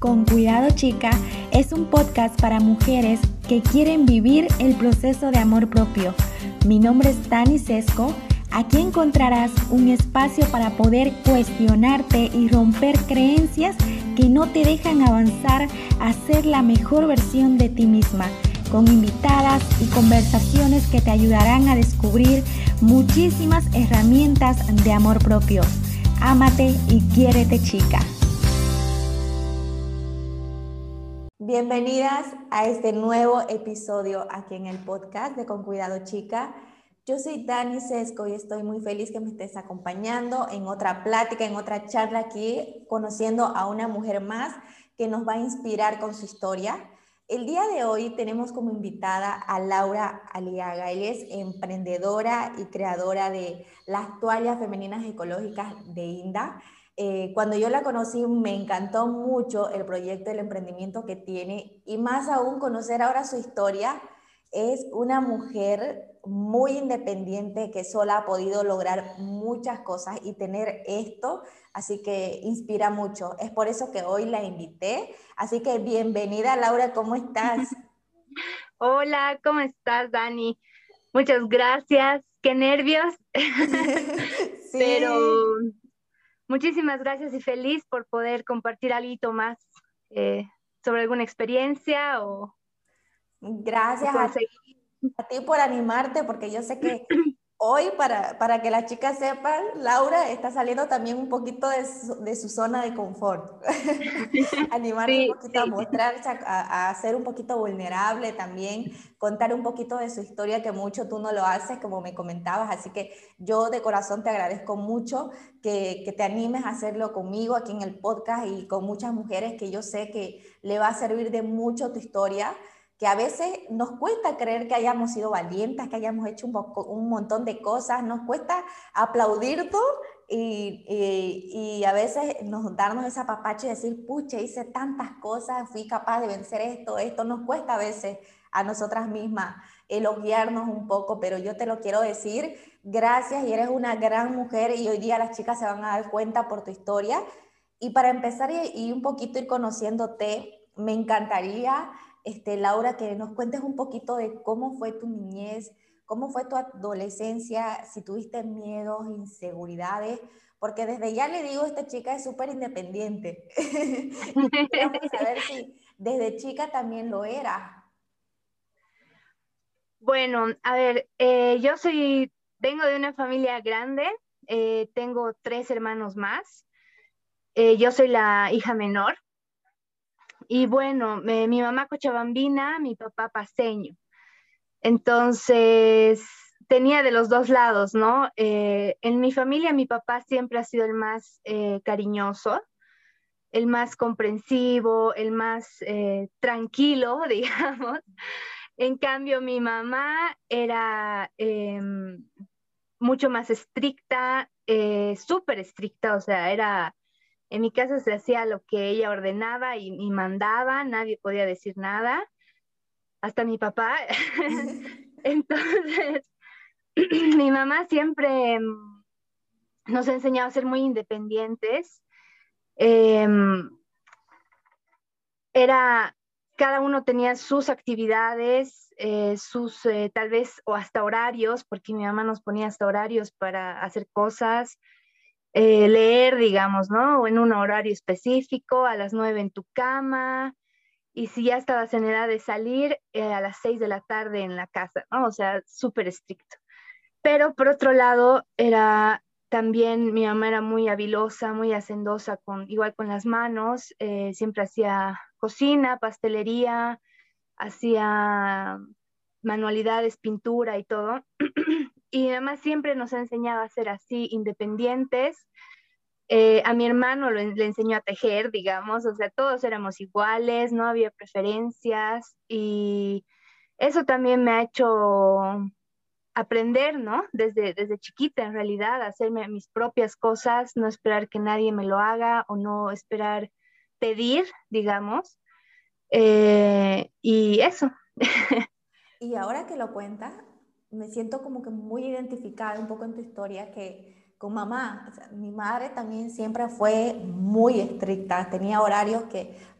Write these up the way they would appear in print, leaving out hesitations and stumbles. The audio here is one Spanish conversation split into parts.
Con Cuidado Chica es un podcast para mujeres que quieren vivir el proceso de amor propio. Mi nombre es Dani Sesco. Aquí encontrarás un espacio para poder cuestionarte y romper creencias que no te dejan avanzar a ser la mejor versión de ti misma, con invitadas y conversaciones que te ayudarán a descubrir muchísimas herramientas de amor propio. Ámate y quiérete, chica. Bienvenidas a este nuevo episodio aquí en el podcast de Con Cuidado Chica. Yo soy Dani Sesco y estoy muy feliz que me estés acompañando en otra plática, en otra charla aquí, conociendo a una mujer más que nos va a inspirar con su historia. El día de hoy tenemos como invitada a Laura Aliaga. Ella es emprendedora y creadora de las toallas femeninas ecológicas de Inda. Cuando yo la conocí me encantó mucho el proyecto, el emprendimiento que tiene y más aún conocer ahora su historia. Es una mujer muy independiente que sola ha podido lograr muchas cosas y tener esto, así que inspira mucho. Es por eso que hoy la invité. Así que bienvenida, Laura, ¿cómo estás? Hola, ¿cómo estás, Dani? Muchas gracias. Qué nervios, pero Sí, muchísimas gracias y feliz por poder compartir algo más eh, sobre alguna experiencia o gracias conseguir. a ti por animarte, porque yo sé que hoy, para que las chicas sepan, Laura está saliendo también un poquito de su zona de confort. Animarse un Sí, poquito a sí. mostrarse, a ser un poquito vulnerable también, contar un poquito de su historia que mucho tú no lo haces, como me comentabas. Así que yo de corazón te agradezco mucho que te animes a hacerlo conmigo aquí en el podcast y con muchas mujeres que yo sé que le va a servir de mucho tu historia, que a veces nos cuesta creer que hayamos sido valientes, que hayamos hecho un montón de cosas, nos cuesta aplaudir todo y a veces darnos esa papacha y decir, pucha, hice tantas cosas, fui capaz de vencer esto nos cuesta a veces a nosotras mismas elogiarnos un poco, pero yo te lo quiero decir, gracias y eres una gran mujer y hoy día las chicas se van a dar cuenta por tu historia. Y para empezar y un poquito ir conociéndote, me encantaría Laura, que nos cuentes un poquito de cómo fue tu niñez, cómo fue tu adolescencia, si tuviste miedos, inseguridades, porque desde ya le digo, esta chica es súper independiente. Y quisiéramos saber si desde chica también lo era. Bueno, a ver, vengo de una familia grande, tengo 3 hermanos más, yo soy la hija menor y bueno, mi mamá cochabambina, mi papá paceño. Entonces, tenía de los dos lados, ¿no? En mi familia, mi papá siempre ha sido el más cariñoso, el más comprensivo, el más tranquilo, digamos. En cambio, mi mamá era mucho más estricta, súper estricta, o sea, en mi casa se hacía lo que ella ordenaba y mandaba, nadie podía decir nada, hasta mi papá. Entonces, mi mamá siempre nos enseñaba a ser muy independientes. Eh, era, cada uno tenía sus actividades, tal vez, o hasta horarios, porque mi mamá nos ponía hasta horarios para hacer cosas, leer, digamos, ¿no? O en un horario específico, a las 9 en tu cama, y si ya estabas en edad de salir, a las 6 de la tarde en la casa, ¿no? O sea, súper estricto. Pero por otro lado, también mi mamá era muy habilosa, muy hacendosa, igual con las manos, siempre hacía cocina, pastelería, hacía manualidades, pintura y todo. Y mi mamá siempre nos enseñaba a ser así, independientes. A mi hermano le enseñó a tejer, digamos, o sea, todos éramos iguales, no había preferencias y eso también me ha hecho aprender, ¿no? Desde chiquita, en realidad, a hacerme mis propias cosas, no esperar que nadie me lo haga o no esperar pedir, digamos. Y eso. Y ahora que lo cuentas, me siento como que muy identificada un poco en tu historia, que con mamá, o sea, mi madre también siempre fue muy estricta, tenía horarios que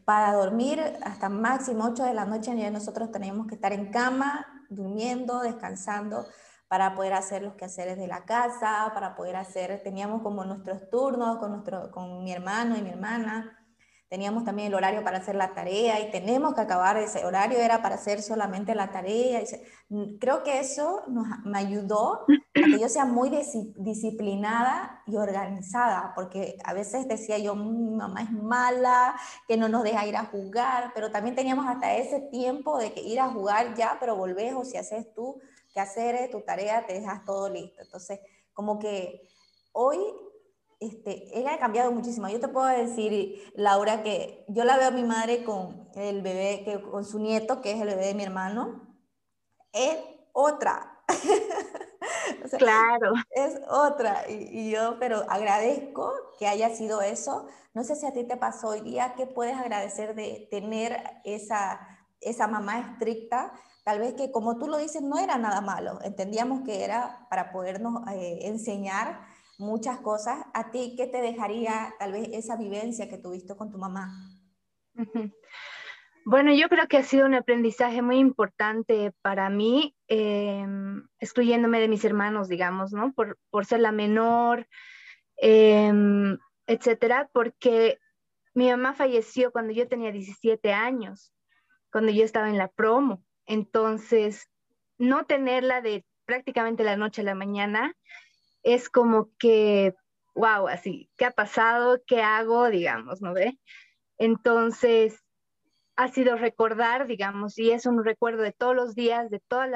para dormir hasta máximo 8 de la noche ya nosotros teníamos que estar en cama, durmiendo, descansando, para poder hacer los quehaceres de la casa, para poder hacer, teníamos como nuestros turnos con mi hermano y mi hermana, teníamos también el horario para hacer la tarea y tenemos que acabar ese horario, era para hacer solamente la tarea. Creo que eso me ayudó a que yo sea muy disciplinada y organizada, porque a veces decía yo, mi mamá es mala, que no nos deja ir a jugar, pero también teníamos hasta ese tiempo de que ir a jugar ya, pero volvés o si haces tú que hacer tu tarea, te dejas todo listo. Entonces, como que hoy ella ha cambiado muchísimo. Yo te puedo decir, Laura, que yo la veo a mi madre con el bebé, con su nieto, que es el bebé de mi hermano, es otra. O sea, Claro. es otra. Y yo, pero agradezco que haya sido eso. No sé si a ti te pasó hoy día, ¿qué puedes agradecer de tener esa mamá estricta? Tal vez que, como tú lo dices, no era nada malo. Entendíamos que era para podernos enseñar muchas cosas. ¿A ti qué te dejaría tal vez esa vivencia que tuviste con tu mamá? Ujú. Bueno, yo creo que ha sido un aprendizaje muy importante para mí, excluyéndome de mis hermanos, digamos, ¿no? Por ser la menor, eh, etcétera, porque mi mamá falleció cuando yo tenía 17 años, cuando yo estaba en la promo. Entonces, no tenerla de prácticamente la noche a la mañana es como que, wow, así, ¿qué ha pasado? ¿Qué hago? Digamos, ¿no ve? Entonces, ha sido recordar, digamos, y es un recuerdo de todos los días, de todas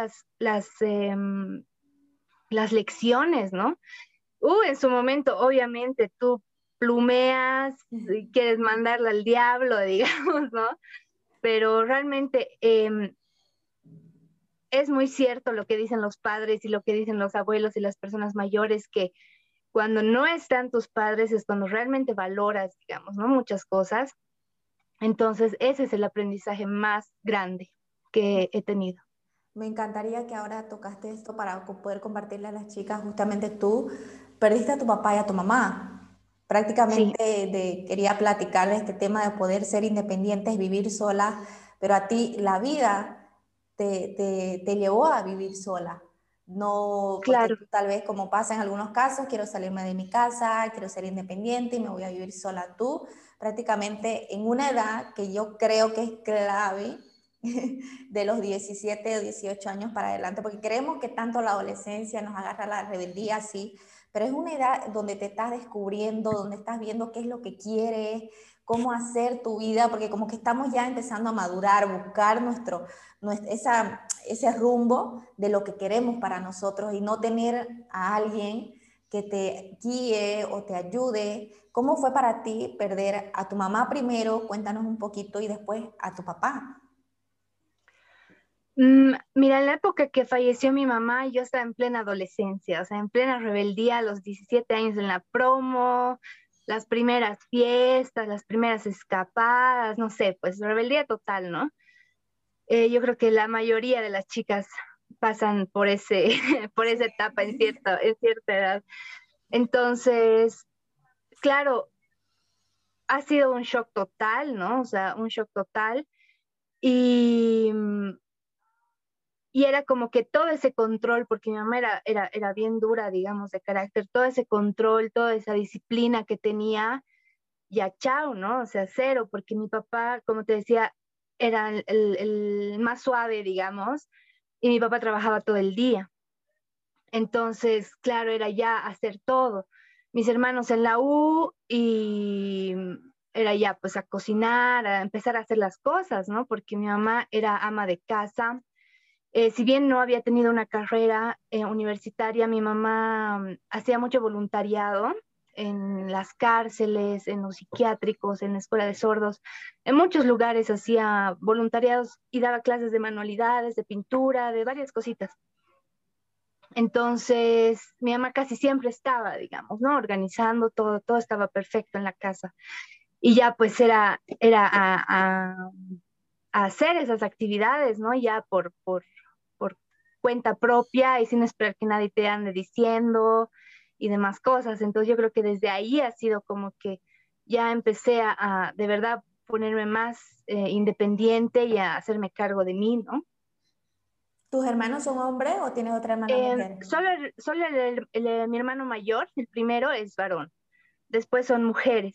las lecciones, ¿no? En su momento, obviamente, tú plumeas y quieres mandarla al diablo, digamos, ¿no? Pero realmente es muy cierto lo que dicen los padres y lo que dicen los abuelos y las personas mayores, que cuando no están tus padres es cuando realmente valoras, digamos, ¿no? Muchas cosas. Entonces, ese es el aprendizaje más grande que he tenido. Me encantaría que ahora tocaste esto para poder compartirle a las chicas. Justamente tú perdiste a tu papá y a tu mamá. Sí, Prácticamente quería platicarles este tema de poder ser independientes, vivir solas, pero a ti la vida te llevó a vivir sola. No, porque claro. tú tal vez, como pasa en algunos casos, quiero salirme de mi casa, quiero ser independiente y me voy a vivir sola. Tú prácticamente en una edad que yo creo que es clave de los 17 o 18 años para adelante, porque creemos que tanto la adolescencia nos agarra la rebeldía, sí, pero es una edad donde te estás descubriendo, donde estás viendo qué es lo que quieres, cómo hacer tu vida, porque como que estamos ya empezando a madurar, buscar ese rumbo de lo que queremos para nosotros y no tener a alguien que te guíe o te ayude. ¿Cómo fue para ti perder a tu mamá primero? Cuéntanos un poquito y después a tu papá. Mira, en la época que falleció mi mamá, yo estaba en plena adolescencia, o sea, en plena rebeldía, a los 17 años en la promo, las primeras fiestas, las primeras escapadas, no sé, pues rebeldía total, ¿no? Yo creo que la mayoría de las chicas pasan por por esa etapa en cierta edad. Entonces, claro, ha sido un shock total, ¿no? O sea, un shock total. Y, y era como que todo ese control, porque mi mamá era bien dura, digamos, de carácter, todo ese control, toda esa disciplina que tenía, ya chao, ¿no? O sea, cero, porque mi papá, como te decía, era el más suave, digamos, y mi papá trabajaba todo el día. Entonces, claro, era ya hacer todo. Mis hermanos en la U y era ya pues a cocinar, a empezar a hacer las cosas, ¿no? Porque mi mamá era ama de casa. Si bien no había tenido una carrera universitaria, mi mamá hacía mucho voluntariado en las cárceles, en los psiquiátricos, en la escuela de sordos. En muchos lugares hacía voluntariados y daba clases de manualidades, de pintura, de varias cositas. Entonces, mi mamá casi siempre estaba, digamos, ¿no? Organizando todo, todo estaba perfecto en la casa. Y ya pues era a hacer esas actividades, ¿no? Ya por cuenta propia y sin esperar que nadie te ande diciendo y demás cosas. Entonces yo creo que desde ahí ha sido como que ya empecé de verdad ponerme más independiente y a hacerme cargo de mí, ¿no? ¿Tus hermanos son hombres o tienes otra hermana mujer? Solo mi hermano mayor, el primero, es varón. Después son mujeres.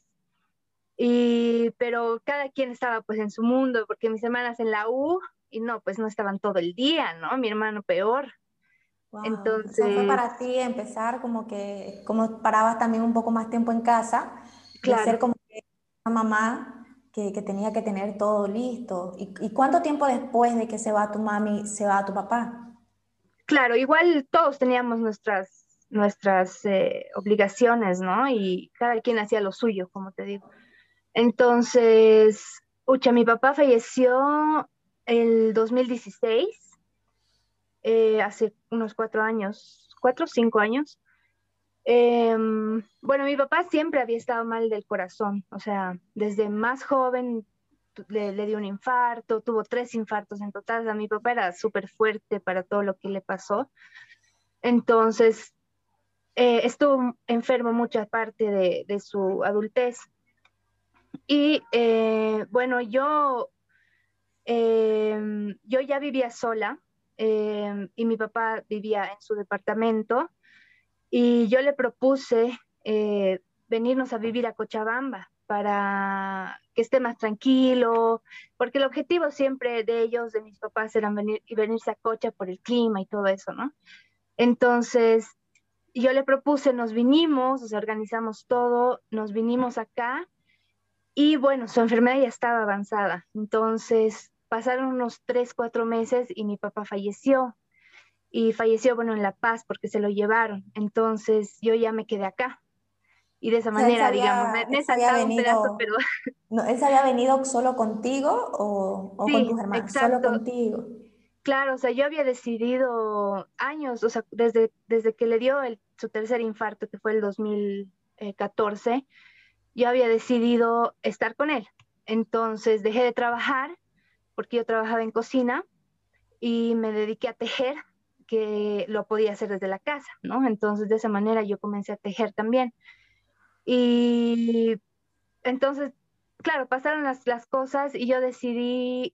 Pero cada quien estaba pues en su mundo, porque mis hermanas en la U, y no, pues no estaban todo el día, ¿no? Mi hermano peor. Wow. O sea, fue Entonces, para ti empezar como que, como parabas también un poco más tiempo en casa, de ser claro, como que una mamá que tenía que tener todo listo. Y cuánto tiempo después de que se va tu mami, se va tu papá? claro, igual todos teníamos nuestras obligaciones, ¿no? Y cada quien hacía lo suyo, como te digo. Entonces, ucha, mi papá falleció el 2016, hace unos 4 años, 4 o 5 años. Bueno, mi papá siempre había estado mal del corazón, o sea, desde más joven le dio un infarto, tuvo 3 infartos en total, o sea, mi papá era súper fuerte para todo lo que le pasó. Entonces, estuvo enfermo mucha parte de su adultez. Y bueno, yo ya vivía sola, y mi papá vivía en su departamento, y yo le propuse venirnos a vivir a Cochabamba para que esté más tranquilo, porque el objetivo siempre de ellos, de mis papás, era venirse a Cocha por el clima y todo eso, ¿no? Entonces, yo le propuse, nos vinimos, o sea, organizamos todo, nos vinimos acá y bueno, su enfermedad ya estaba avanzada. Entonces, pasaron unos 3, 4 meses y mi papá falleció. Y falleció, bueno, en La Paz porque se lo llevaron. Entonces, yo ya me quedé acá. Y de esa O sea, manera, digamos, me él he se había saltado un pedazo, pero venido, no, él se había venido solo contigo o con sí, tus hermanos, solo exacto. contigo. Claro, o sea, yo había decidido años, o sea, desde que le dio su tercer infarto, que fue el 2014, yo había decidido estar con él. Entonces dejé de trabajar porque yo trabajaba en cocina y me dediqué a tejer, que lo podía hacer desde la casa, ¿no? Entonces de esa manera yo comencé a tejer también. Y entonces, claro, pasaron las cosas y yo decidí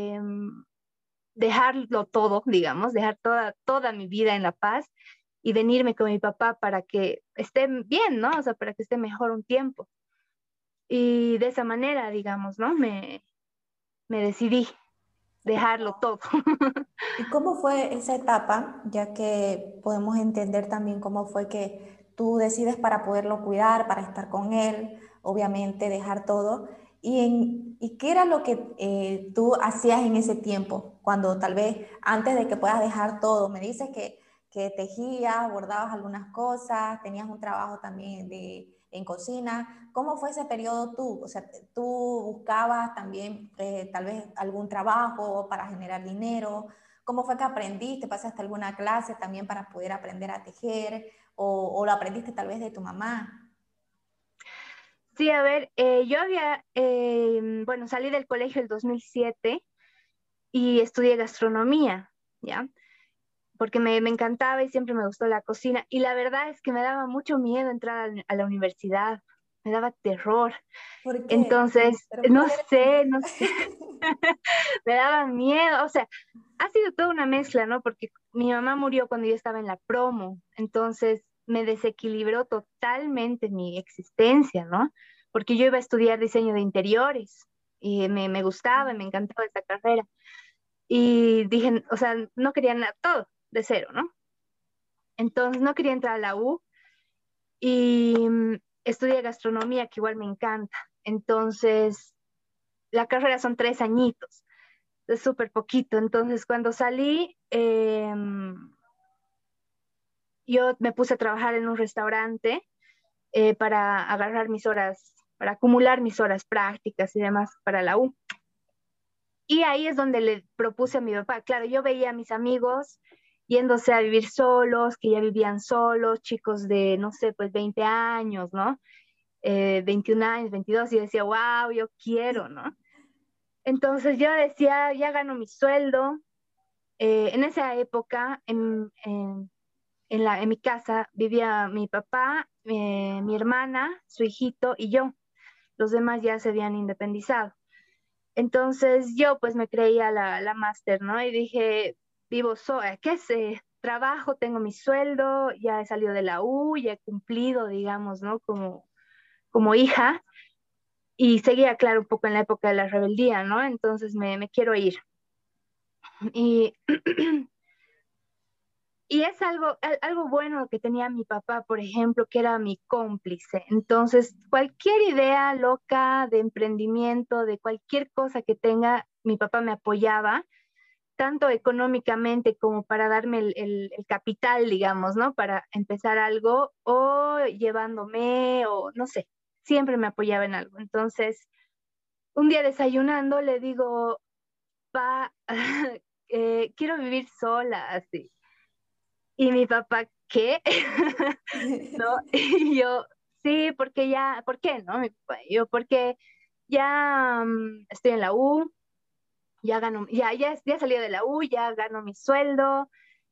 dejarlo todo, digamos, dejar toda mi vida en La Paz y venirme con mi papá para que esté bien, ¿no? O sea, para que esté mejor un tiempo. Y de esa manera, digamos, ¿no? Me decidí dejarlo todo. ¿Y cómo fue esa etapa, ya que podemos entender también cómo fue que tú decides para poderlo cuidar, para estar con él, obviamente dejar todo? ¿Y qué era lo que tú hacías en ese tiempo, cuando tal vez antes de que puedas dejar todo? Me dices que tejías, bordabas algunas cosas, tenías un trabajo también en cocina. ¿Cómo fue ese periodo tú? O sea, ¿tú buscabas también tal vez algún trabajo para generar dinero? ¿Cómo fue que aprendiste? ¿Pasaste alguna clase también para poder aprender a tejer? ¿O lo aprendiste tal vez de tu mamá? Sí, a ver, yo bueno, salí del colegio el 2007 y estudié gastronomía, ¿ya? Porque me encantaba y siempre me gustó la cocina. Y la verdad es que me daba mucho miedo entrar a la universidad, me daba terror. ¿Por qué? Entonces, ¿Pero no cuál era el sé, miedo? no sé, me daba miedo. O sea, ha sido toda una mezcla, ¿no? Porque mi mamá murió cuando yo estaba en la promo, entonces me desequilibró totalmente mi existencia, ¿no? Porque yo iba a estudiar diseño de interiores y me gustaba, me encantaba esta carrera. Y dije, o sea, no quería nada, todo de cero, ¿no? Entonces no quería entrar a la U y estudié gastronomía, que igual me encanta. Entonces, la carrera son 3 añitos, es súper poquito. Entonces, cuando salí, yo me puse a trabajar en un restaurante para agarrar mis horas, para acumular mis horas prácticas y demás para la U. Y ahí es donde le propuse a mi papá, claro, yo veía a mis amigos yéndose a vivir solos, que ya vivían solos, chicos de, no sé, pues 20 años, ¿no? 21 años, 22, y yo decía, wow, yo quiero, ¿no? Entonces yo decía, ya gano mi sueldo. En esa época, en mi casa vivía mi papá, mi hermana, su hijito y yo. Los demás ya se habían independizado. Entonces yo pues me creía la máster, ¿no? Y dije, ¿qué sé? Trabajo, tengo mi sueldo, ya he salido de la U, ya he cumplido, digamos, ¿no? Como hija. Y seguía, claro, un poco en la época de la rebeldía, ¿no? Entonces me quiero ir. Y, y es algo bueno que tenía mi papá, por ejemplo, que era mi cómplice. Entonces, cualquier idea loca de emprendimiento, de cualquier cosa que tenga, mi papá me apoyaba, tanto económicamente como para darme el capital, digamos, ¿no? Para empezar algo, o llevándome, o no sé, siempre me apoyaba en algo. Entonces, un día desayunando le digo, pa, quiero vivir sola, así. Y mi papá, ¿qué? ¿No? Y yo, sí, porque ya, ¿por qué, no? Mi papá, yo, porque ya estoy en la U, ya gano, ya salí de la U, ya gano mi sueldo,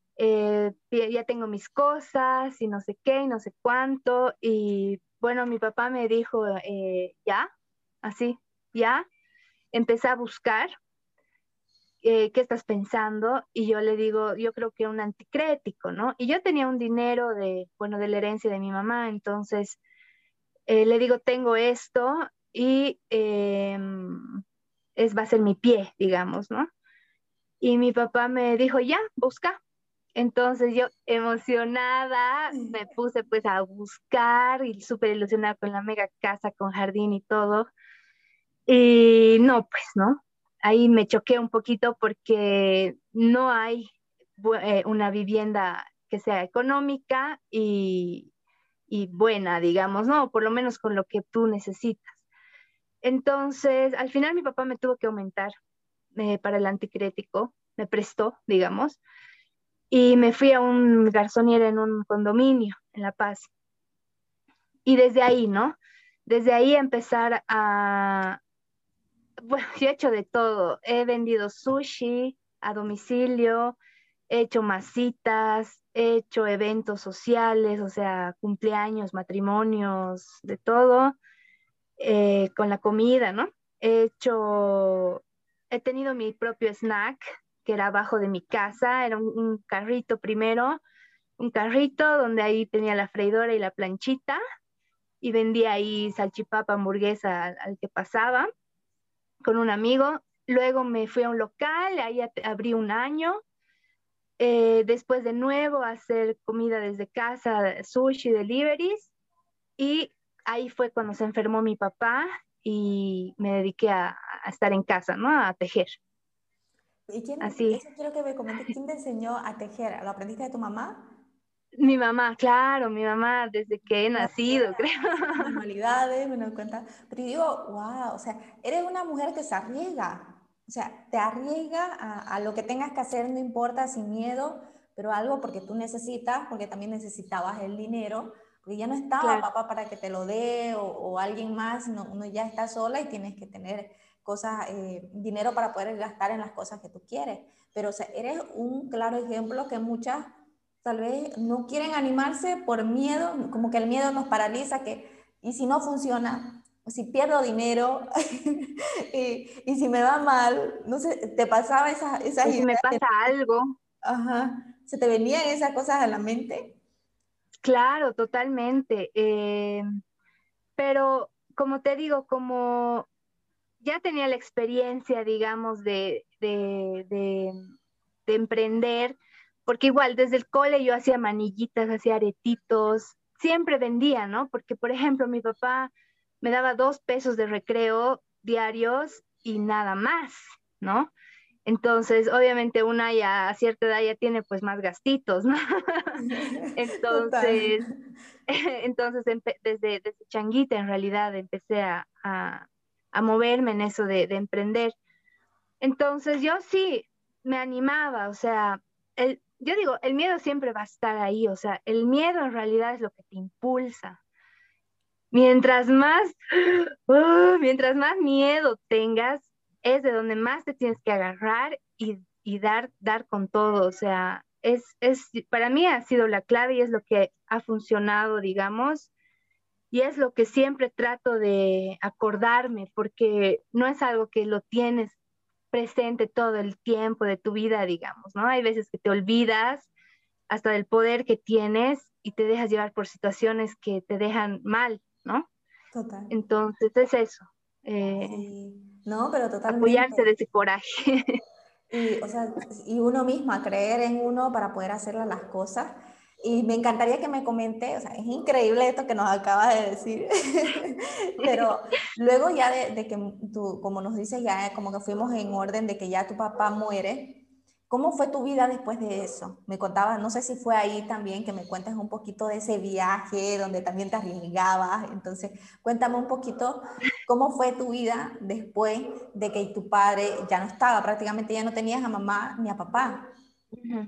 ya tengo mis cosas y no sé qué y no sé cuánto. Y bueno, mi papá me dijo, ya, así, ya, empecé a buscar. ¿Qué estás pensando? Y yo le digo, yo creo que un anticrético, ¿no? Y yo tenía un dinero bueno, de la herencia de mi mamá, entonces le digo, tengo esto y va a ser mi pie, digamos, ¿no? Y mi papá me dijo, ya, busca. Entonces yo emocionada me puse pues a buscar y súper ilusionada con la mega casa, con jardín y todo. Y no, pues no. Ahí me choqué un poquito porque no hay una vivienda que sea económica y buena, digamos, ¿no? Por lo menos con lo que tú necesitas. Entonces, al final mi papá me tuvo que aumentar para el anticrético, me prestó, digamos, y me fui a un garzonier en un condominio en La Paz. Y desde ahí, ¿no? Desde ahí empezar bueno, yo he hecho de todo. He vendido sushi a domicilio, he hecho masitas, he hecho eventos sociales, o sea, cumpleaños, matrimonios, de todo, con la comida, ¿no? He tenido mi propio snack, que era abajo de mi casa, era un carrito primero, un carrito donde ahí tenía la freidora y la planchita, y vendía ahí salchipapa, hamburguesa al que pasaba con un amigo. Luego me fui a un local, ahí abrí un año. Después de nuevo hacer comida desde casa, sushi, deliveries. Y ahí fue cuando se enfermó mi papá y me dediqué a estar en casa, ¿no? A tejer. ¿Y quién, Así. eso quiero que me comentes, quién te enseñó a tejer? ¿Lo aprendiste de tu mamá? Mi mamá, claro, mi mamá desde que he No sé, nacido, creo. esas manualidades, me doy cuenta. Pero yo digo, wow, o sea, eres una mujer que se arriesga. O sea, te arriesga a lo que tengas que hacer, no importa, sin miedo, pero algo porque tú necesitas, porque también necesitabas el dinero, porque ya no estaba Claro, papá para que te lo dé o alguien más, sino uno ya está sola y tienes que tener cosas, dinero para poder gastar en las cosas que tú quieres. Pero, o sea, eres un claro ejemplo que muchas tal vez no quieren animarse por miedo, como que el miedo nos paraliza, y si no funciona, si pierdo dinero, y si me va mal, no sé, te pasaba esas y si ideas, me pasa algo, ajá, se te venían esas cosas a la mente. claro, totalmente. Pero como te digo, como ya tenía la experiencia, digamos, de emprender, porque igual desde el cole yo hacía manillitas, hacía aretitos, siempre vendía, ¿no? Porque, por ejemplo, mi papá me daba 2 pesos de recreo diarios y nada más, ¿no? Entonces, obviamente una ya a cierta edad ya tiene pues más gastitos, ¿no? Total. Entonces, entonces desde changuita en realidad empecé a moverme en eso de emprender. Entonces yo sí me animaba, o sea, yo digo, el miedo siempre va a estar ahí, o sea, el miedo en realidad es lo que te impulsa. Mientras más, mientras más miedo tengas, es de donde más te tienes que agarrar y dar con todo, o sea, para mí ha sido la clave y es lo que ha funcionado, digamos, Y es lo que siempre trato de acordarme, porque no es algo que lo tienes presente todo el tiempo de tu vida, digamos, ¿no? Hay veces que te olvidas hasta del poder que tienes y te dejas llevar por situaciones que te dejan mal, ¿no? Total. Entonces es eso, eh, Sí, no, pero apoyarse de totalmente. ese coraje. Y, o sea, y uno misma, creer en uno para poder hacer las cosas. Y me encantaría que me comente, o sea, es increíble esto que nos acabas de decir, pero luego ya de que tú, como nos dices, ya como que fuimos en orden de que ya tu papá muere, ¿cómo fue tu vida después de eso? Me contabas, no sé si fue ahí también, que me cuentes un poquito de ese viaje donde también te arriesgabas, entonces cuéntame un poquito cómo fue tu vida después de que tu padre ya no estaba, prácticamente ya no tenías a mamá ni a papá. Ujú.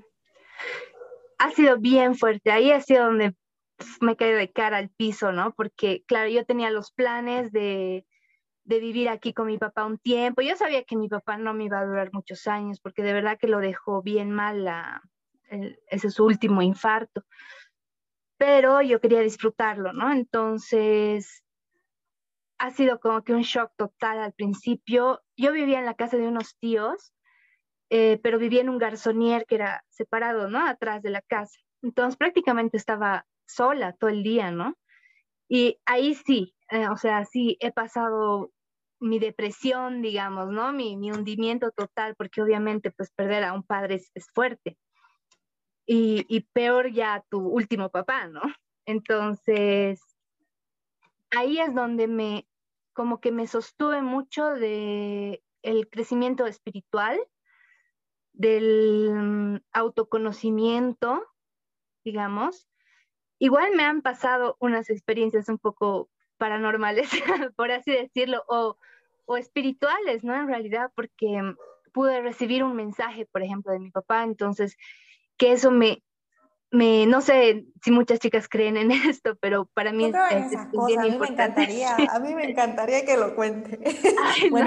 Ha sido bien fuerte, ahí ha sido donde me caí de cara al piso, ¿no? Porque, claro, yo tenía los planes de vivir aquí con mi papá un tiempo. Yo sabía que mi papá no me iba a durar muchos años, porque de verdad que lo dejó bien mal ese es su último infarto. Pero yo quería disfrutarlo, ¿no? Entonces, ha sido como que un shock total al principio. Yo vivía en la casa de unos tíos, pero vivía en un garzonier que era separado, ¿no? Atrás de la casa. Entonces, prácticamente estaba sola todo el día, ¿no? Y ahí sí, o sea, sí he pasado mi depresión, digamos, ¿no? Mi hundimiento total, porque obviamente pues perder a un padre es fuerte. Y peor ya tu último papá, ¿no? Entonces, ahí es donde como que me sostuve mucho de el crecimiento espiritual, del autoconocimiento, digamos. Igual me han pasado unas experiencias un poco paranormales, por así decirlo, o espirituales, ¿no? En realidad, porque pude recibir un mensaje, por ejemplo, de mi papá, entonces, que eso no sé si muchas chicas creen en esto, pero para mí Yo creo en es esas cosas, bien importante. a mí me encantaría que lo cuente. Ay, no. Bueno,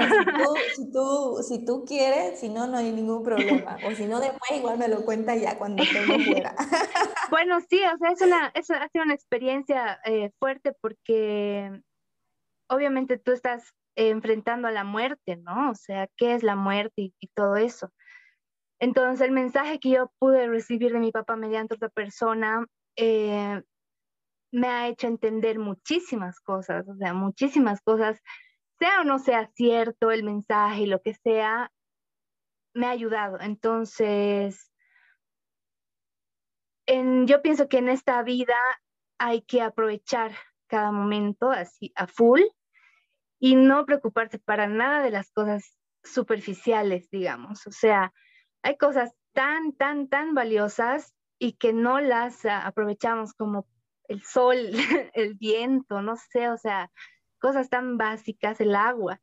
si tú quieres, si no, no hay ningún problema. O si no, después igual me lo cuenta ya cuando estemos fuera. Bueno, sí, o sea, eso ha sido una experiencia fuerte porque obviamente tú estás enfrentando a la muerte, ¿no? O sea, ¿qué es la muerte y todo eso? Entonces, el mensaje que yo pude recibir de mi papá mediante otra persona eh, me ha hecho entender muchísimas cosas, o sea, muchísimas cosas, sea o no sea cierto el mensaje y lo que sea, me ha ayudado. Entonces, yo pienso que en esta vida hay que aprovechar cada momento así a full y no preocuparse para nada de las cosas superficiales, digamos. O sea, hay cosas tan, tan, tan valiosas y que no las aprovechamos como el sol, el viento, no sé, o sea, cosas tan básicas, el agua.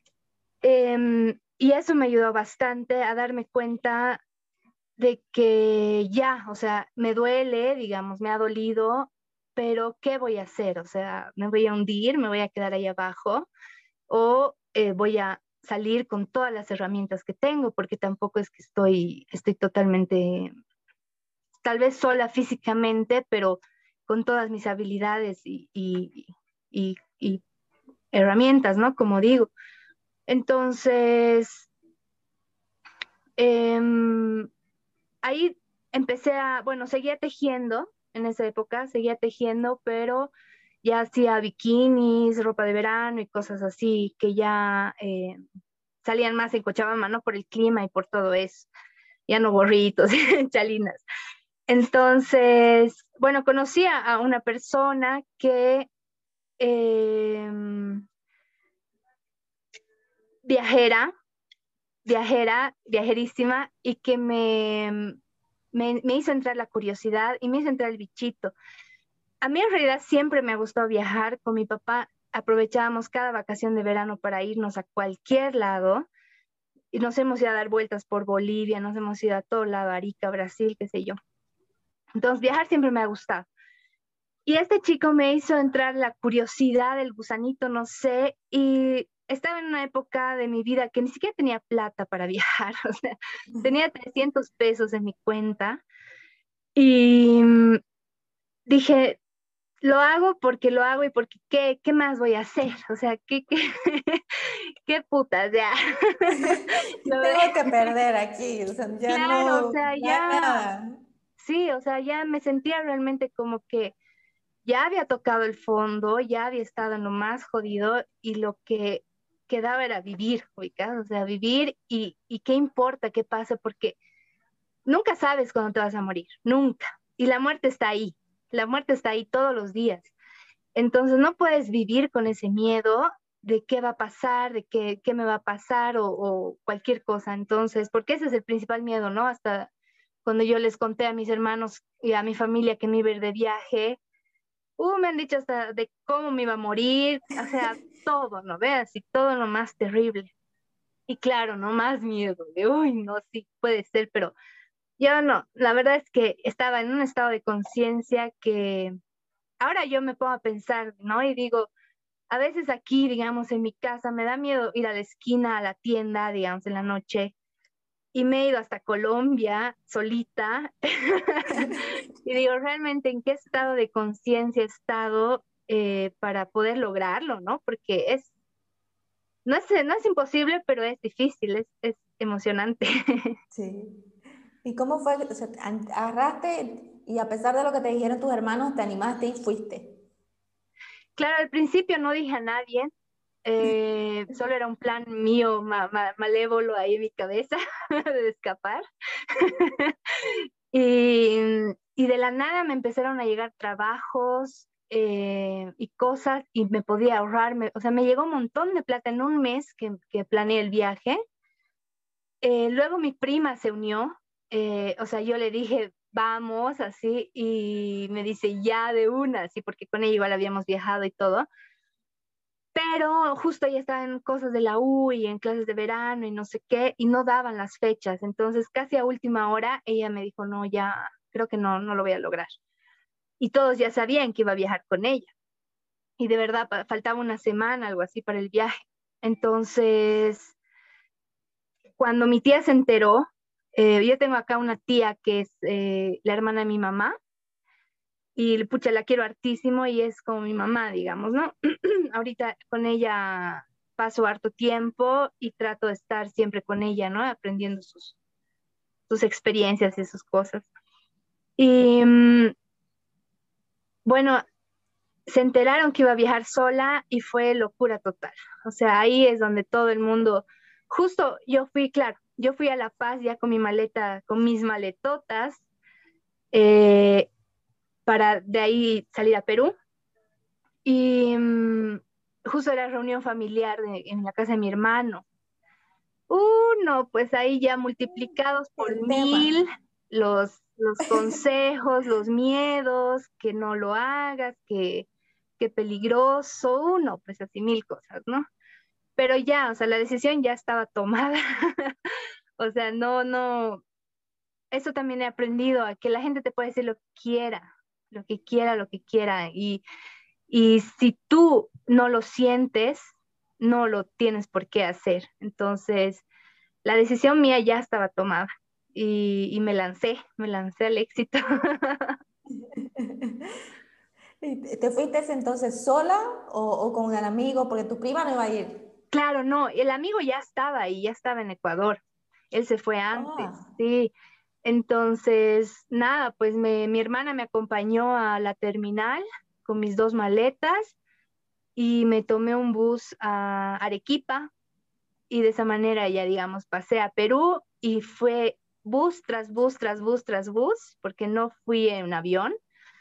Y eso me ayudó bastante a darme cuenta de que ya, o sea, me duele, digamos, me ha dolido, pero ¿qué voy a hacer? O sea, me voy a hundir, me voy a quedar ahí abajo o voy a salir con todas las herramientas que tengo, porque tampoco es que estoy totalmente, tal vez sola físicamente, pero con todas mis habilidades y herramientas, ¿no? Como digo. Entonces, eh, ahí bueno, seguía tejiendo en esa época, seguía tejiendo, pero ya hacía bikinis, ropa de verano y cosas así que ya salían más en Cochabamba, ¿no? Por el clima y por todo eso. Ya no gorritos, chalinas. Entonces, bueno, conocí a una persona que eh, viajera, viajerísima, y que me hizo entrar la curiosidad y me hizo entrar el bichito. A mí en realidad siempre me ha gustado viajar. Con mi papá aprovechábamos cada vacación de verano para irnos a cualquier lado y nos hemos ido a dar vueltas por Bolivia, nos hemos ido a todo lado, Arica, Brasil, qué sé yo. Entonces viajar siempre me ha gustado. Y este chico me hizo entrar la curiosidad, el gusanito, no sé, y estaba en una época de mi vida que ni siquiera tenía plata para viajar, o sea, tenía 300 pesos en mi cuenta y dije, lo hago porque lo hago y porque ¿qué más voy a hacer? O sea, qué putas, ya. ¿Qué tengo que perder aquí? O sea, ya Claro, o no, sea, ya ya, nada. sí, o sea, ya me sentía realmente como que ya había tocado el fondo, ya había estado en lo más jodido y lo que quedaba era vivir, ubicás, o sea, vivir y qué importa qué pase, porque nunca sabes cuándo te vas a morir, nunca. Y la muerte está ahí, la muerte está ahí todos los días. Entonces no puedes vivir con ese miedo de qué va a pasar, de qué me va a pasar o cualquier cosa. Entonces, porque ese es el principal miedo, ¿no? Hasta cuando yo les conté a mis hermanos y a mi familia que me iba a ir de viaje, me han dicho hasta de cómo me iba a morir, o sea, todo, ¿no veas? Y todo lo más terrible. Y claro, no más miedo, de, uy, no, sí puede ser, pero yo no, la verdad es que estaba en un estado de conciencia que ahora yo me pongo a pensar, ¿no? Y digo, a veces aquí, digamos, en mi casa, me da miedo ir a la esquina, a la tienda, digamos, en la noche, y me he ido hasta Colombia solita, y digo, realmente, ¿en qué estado de conciencia he estado para poder lograrlo, ¿no? Porque no es imposible, pero es difícil, es emocionante. Sí. ¿Y cómo fue? O sea, agarraste y a pesar de lo que te dijeron tus hermanos, te animaste y fuiste. Claro, al principio no dije a nadie, solo era un plan mío malévolo ahí en mi cabeza de escapar. Y de la nada me empezaron a llegar trabajos y cosas y me podía ahorrar, o sea, me llegó un montón de plata en un mes que planeé el viaje. Luego mi prima se unió, o sea, yo le dije, vamos, así, y me dice, ya de una, así, porque con ella igual habíamos viajado y todo. Pero justo ella estaba en cosas de la U y en clases de verano y no sé qué, y no daban las fechas. Entonces, casi a última hora, ella me dijo, no, ya creo que no lo voy a lograr. Y todos ya sabían que iba a viajar con ella. Y de verdad, faltaba una semana, algo así, para el viaje. Entonces, cuando mi tía se enteró, yo tengo acá una tía que es la hermana de mi mamá, y pucha, la quiero hartísimo y es como mi mamá, digamos, ¿no? Ahorita con ella paso harto tiempo y trato de estar siempre con ella, ¿no? Aprendiendo sus experiencias y sus cosas. Y bueno, se enteraron que iba a viajar sola y fue locura total. O sea, ahí es donde todo el mundo, justo yo fui, claro, yo fui a La Paz ya con mi maleta, con mis maletotas, eh, para de ahí salir a Perú. Y justo era reunión familiar en la casa de mi hermano. No, pues ahí ya multiplicados por El tema. 1000 los consejos, los miedos, que no lo hagas, que peligroso, pues así 1000 cosas, ¿no? Pero ya, o sea, la decisión ya estaba tomada. O sea, no, eso también he aprendido, a que la gente te puede decir lo que quiera, lo que quiera, lo que quiera. Y si tú no lo sientes, no lo tienes por qué hacer. Entonces, la decisión mía ya estaba tomada y me lancé al éxito. ¿Y te fuiste entonces sola o con un amigo? Porque tu prima no iba a ir. Claro, no, el amigo ya estaba ahí, ya estaba en Ecuador. Él se fue antes, Ah, sí. Entonces, nada, pues mi hermana me acompañó a la terminal con mis dos maletas y me tomé un bus a Arequipa y de esa manera ya, digamos, pasé a Perú y fue bus tras bus, tras bus, tras bus, porque no fui en avión.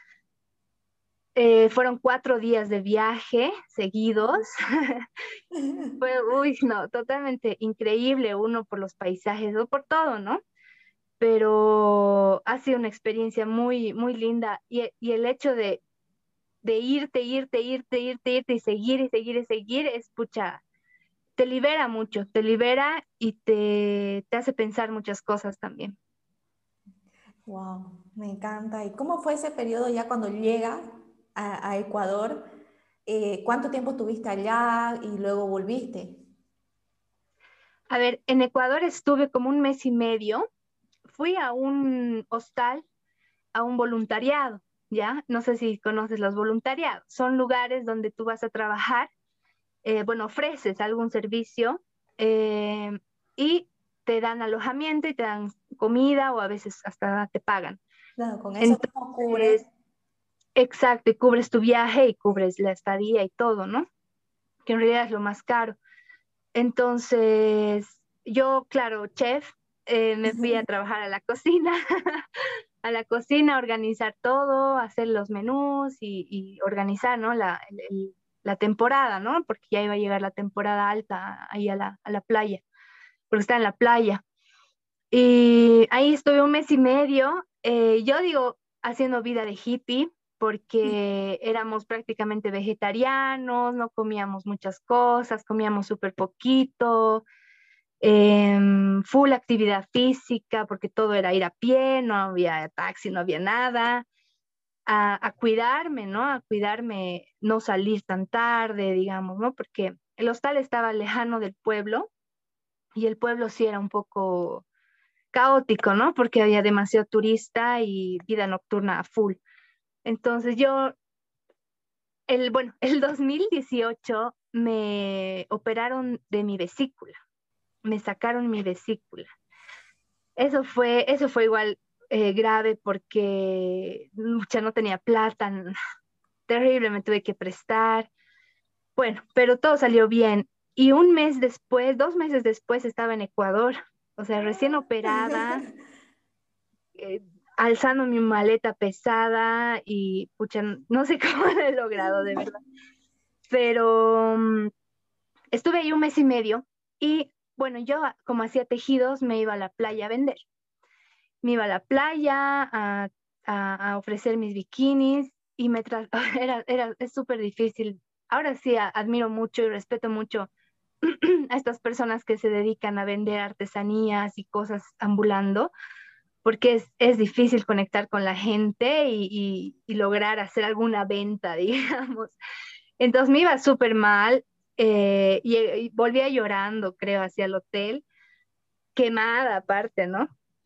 Fueron 4 días de viaje seguidos. Fue, uy, no, totalmente increíble, uno por los paisajes o por todo, ¿no? Pero ha sido una experiencia muy, muy linda y el hecho de irte y seguir y seguir y seguir es, pucha, te libera mucho, te libera y te hace pensar muchas cosas también. wow, me encanta. ¿Y cómo fue ese periodo ya cuando llegas a Ecuador? ¿Cuánto tiempo estuviste allá y luego volviste? A ver, en Ecuador estuve como un mes y medio, fui a un hostal, a un voluntariado. ¿ya? No sé si conoces los voluntariados. Son lugares donde tú vas a trabajar, bueno, ofreces algún servicio eh, y te dan alojamiento y te dan comida o a veces hasta te pagan. Claro, con eso mismo cubre. Entonces, exacto, y cubres tu viaje y cubres la estadía y todo, ¿no? Que en realidad es lo más caro. Entonces, yo, claro, chef, me fui a trabajar a la cocina, a la cocina, a organizar todo, hacer los menús y organizar, ¿no? La temporada, ¿no? Porque ya iba a llegar la temporada alta ahí a la playa, porque está en la playa. Y ahí estuve un mes y medio, yo digo, haciendo vida de hippie, porque éramos prácticamente vegetarianos, no comíamos muchas cosas, comíamos súper poquito, full actividad física, porque todo era ir a pie, no había taxi, no había nada, a cuidarme, ¿no? A cuidarme, no salir tan tarde, digamos, ¿no? Porque el hostal estaba lejano del pueblo y el pueblo sí era un poco caótico, ¿no? Porque había demasiado turista y vida nocturna a full. Entonces yo, bueno, el 2018 me operaron de mi vesícula, me sacaron mi vesícula. Eso fue igual grave porque mucha no tenía plata, terrible, me tuve que prestar. Bueno, pero todo salió bien. Y un mes después, 2 meses después, estaba en Ecuador, o sea, recién operada, eh, alzando mi maleta pesada y pucha, no sé cómo lo he logrado, de verdad. Pero estuve ahí un mes y medio y bueno, yo como hacía tejidos me iba a la playa a vender. Me iba a la playa a ofrecer mis bikinis y es súper difícil. Ahora sí admiro mucho y respeto mucho a estas personas que se dedican a vender artesanías y cosas ambulando, porque es difícil conectar con la gente y lograr hacer alguna venta, digamos. Entonces me iba súper mal y volvía llorando, creo, hacia el hotel, quemada aparte, ¿no?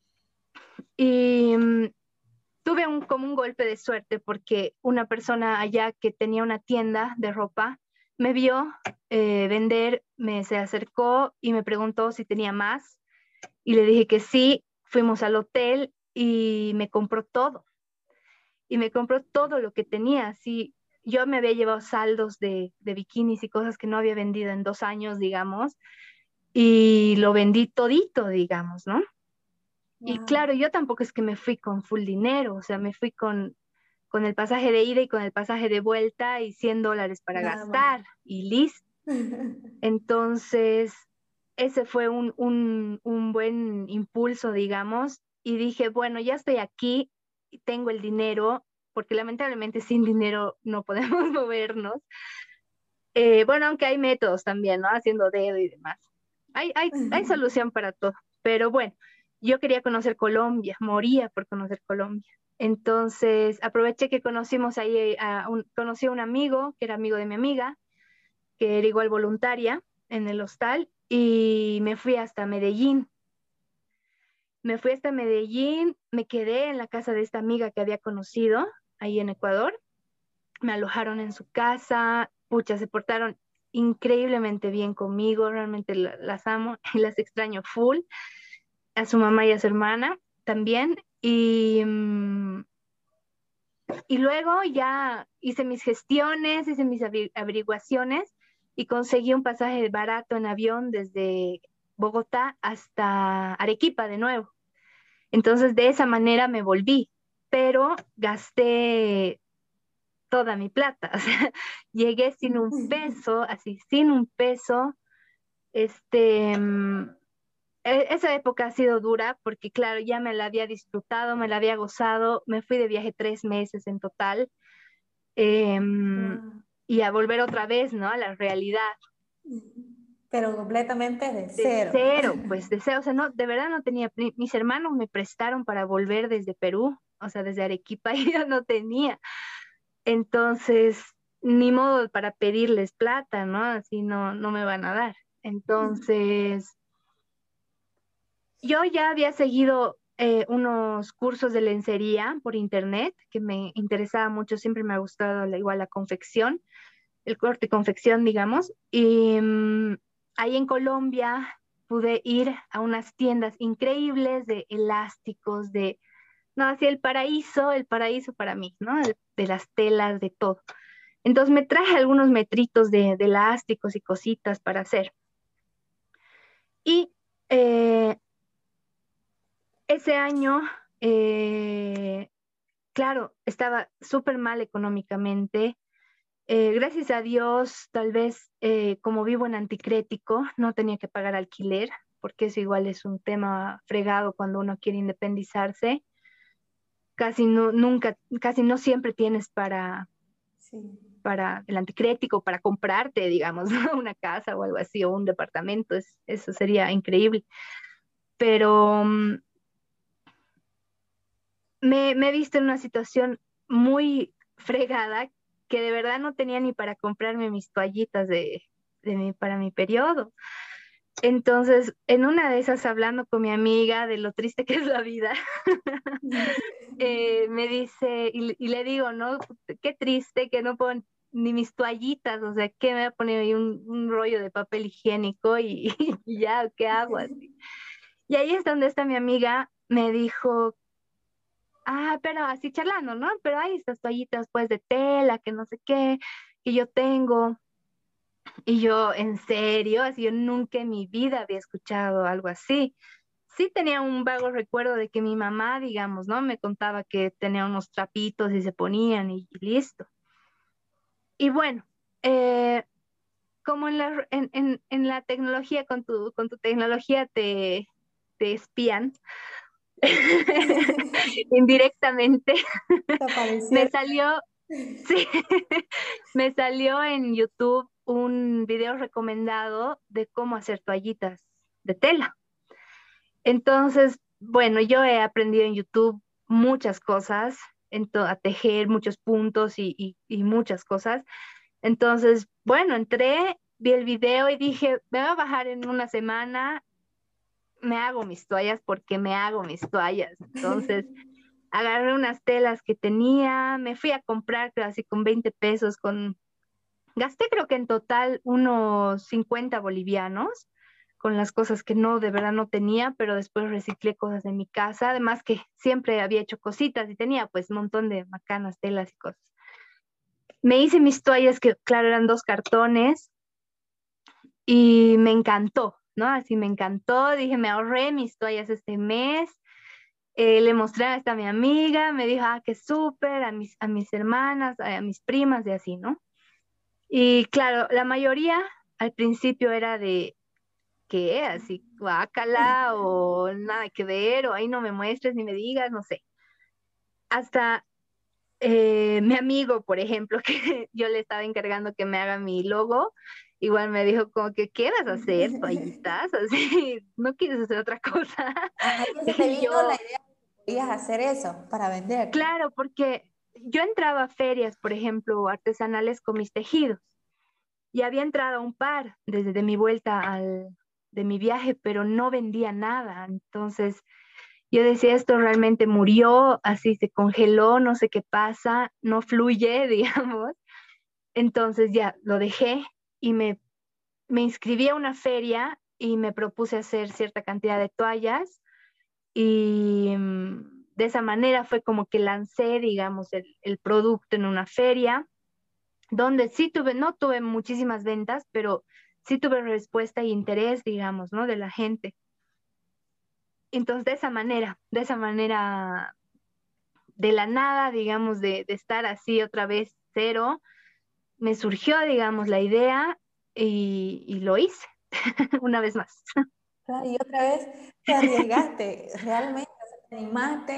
Y tuve como un golpe de suerte porque una persona allá que tenía una tienda de ropa me vio vender, se acercó y me preguntó si tenía más y le dije que sí, fuimos al hotel y me compró todo. Y me compró todo lo que tenía. Así, yo me había llevado saldos de bikinis y cosas que no había vendido en 2 años, digamos, y lo vendí todito, digamos, ¿no? Y Wow. claro, yo tampoco es que me fui con full dinero, o sea, me fui con el pasaje de ida y con el pasaje de vuelta y $100 para Nada más. gastar y listo. Entonces, ese fue un buen impulso, digamos, y dije, bueno, ya estoy aquí, tengo el dinero, porque lamentablemente sin dinero no podemos movernos. Bueno, aunque hay métodos también, ¿no? Haciendo dedo y demás. Hay solución para todo, pero bueno, yo quería conocer Colombia, moría por conocer Colombia. Entonces, aproveché que conocimos ahí, conocí a un amigo, que era amigo de mi amiga, que era igual voluntaria en el hostal, y me fui hasta Medellín. Me fui hasta Medellín, me quedé en la casa de esta amiga que había conocido ahí en Ecuador, me alojaron en su casa, pucha, se portaron increíblemente bien conmigo, realmente las amo y las extraño full, a su mamá y a su hermana también, y luego ya hice mis gestiones, hice mis averiguaciones y conseguí un pasaje barato en avión desde Bogotá hasta Arequipa de nuevo. Entonces de esa manera me volví, pero gasté toda mi plata. O sea, llegué sin un peso, así, sin un peso. Este, esa época ha sido dura porque, claro, ya me la había disfrutado, me la había gozado. Me fui de viaje 3 meses en total Wow. y a volver otra vez, ¿no? A la realidad. Pero completamente de De cero. cero, pues de cero, o sea, no, de verdad no tenía, mis hermanos me prestaron para volver desde Perú, o sea, desde Arequipa, y yo no tenía. Entonces, ni modo para pedirles plata, ¿no? Así no me van a dar. Entonces, yo ya había seguido unos cursos de lencería por internet que me interesaba mucho, siempre me ha gustado igual la confección, el corte y confección, digamos. Y ahí en Colombia pude ir a unas tiendas increíbles de elásticos, no, así el paraíso para mí, ¿no? De las telas, de todo. Entonces me traje algunos metritos de elásticos y cositas para hacer. Y eh, ese año, eh, claro, estaba súper mal económicamente. Gracias a Dios, tal vez como vivo en anticrético, no tenía que pagar alquiler, porque eso igual es un tema fregado cuando uno quiere independizarse. Casi no, nunca, casi no siempre tienes Sí. para el anticrético, para comprarte, digamos, ¿no? Una casa o algo así, o un departamento, eso sería increíble. Pero me he visto en una situación muy fregada que de verdad no tenía ni para comprarme mis toallitas para mi periodo. Entonces, en una de esas, hablando con mi amiga de lo triste que es la vida, me dice, y le digo, ¿no? Qué triste que no puedo ni mis toallitas, o sea, ¿qué me voy a poner ahí un rollo de papel higiénico y, y ya, ¿qué hago así? Y ahí es donde está mi amiga, me dijo, ah, pero así charlando, ¿no? Pero hay estas toallitas pues de tela, que no sé qué, que yo tengo. Y yo, en serio, así yo nunca en mi vida había escuchado algo así. Sí tenía un vago recuerdo de que mi mamá, digamos, ¿no? Me contaba que tenía unos trapitos y se ponían y listo. Y bueno, eh, como en la tecnología, con tu tecnología te espían indirectamente, Te me aparecieron. salió, sí, me salió en YouTube un video recomendado de cómo hacer toallitas de tela. Entonces, bueno, yo he aprendido en YouTube muchas cosas, a tejer muchos puntos y muchas cosas. Entonces, bueno, entré, vi el video y dije, me voy a bajar en una semana, me hago mis toallas porque me hago mis toallas. Entonces, agarré unas telas que tenía, me fui a comprar, creo, así con 20 pesos, gasté creo que en total unos 50 bolivianos con las cosas que no, de verdad no tenía, pero después reciclé cosas de mi casa, además que siempre había hecho cositas y tenía pues un montón de macanas, telas y cosas. Me hice mis toallas que claro eran 2 cartones y me encantó, ¿no? Así me encantó, dije, me ahorré mis toallas este mes. Le mostré a esta mi amiga, me dijo, ah, qué súper, a mis hermanas, a mis primas y así, ¿no? Y claro, la mayoría al principio era de, ¿qué? Así, guácala, o nada que ver, o ahí no me muestres ni me digas, no sé. Hasta mi amigo, por ejemplo, que yo le estaba encargando que me haga mi logo, igual me dijo como que, ¿qué vas a hacer? ¿Toallitas? Así, ¿no quieres hacer otra cosa? Ahí se te Y vino la yo, idea de que podías hacer eso para vender. claro, porque yo entraba a ferias, por ejemplo, artesanales con mis tejidos. Y había entrado a un par desde mi vuelta de mi viaje, pero no vendía nada. Entonces yo decía, esto realmente murió, así se congeló, no sé qué pasa, no fluye, digamos. Entonces ya lo dejé y me inscribí a una feria y me propuse hacer cierta cantidad de toallas y de esa manera fue como que lancé, digamos, el producto en una feria donde sí tuve, no tuve muchísimas ventas, pero sí tuve respuesta e interés, digamos, ¿no? De la gente. Entonces, de esa manera, de la nada, digamos, de estar así otra vez cero, me surgió, digamos, la idea y lo hice una vez más. Claro, y otra vez te arriesgaste, realmente, o sea, te animaste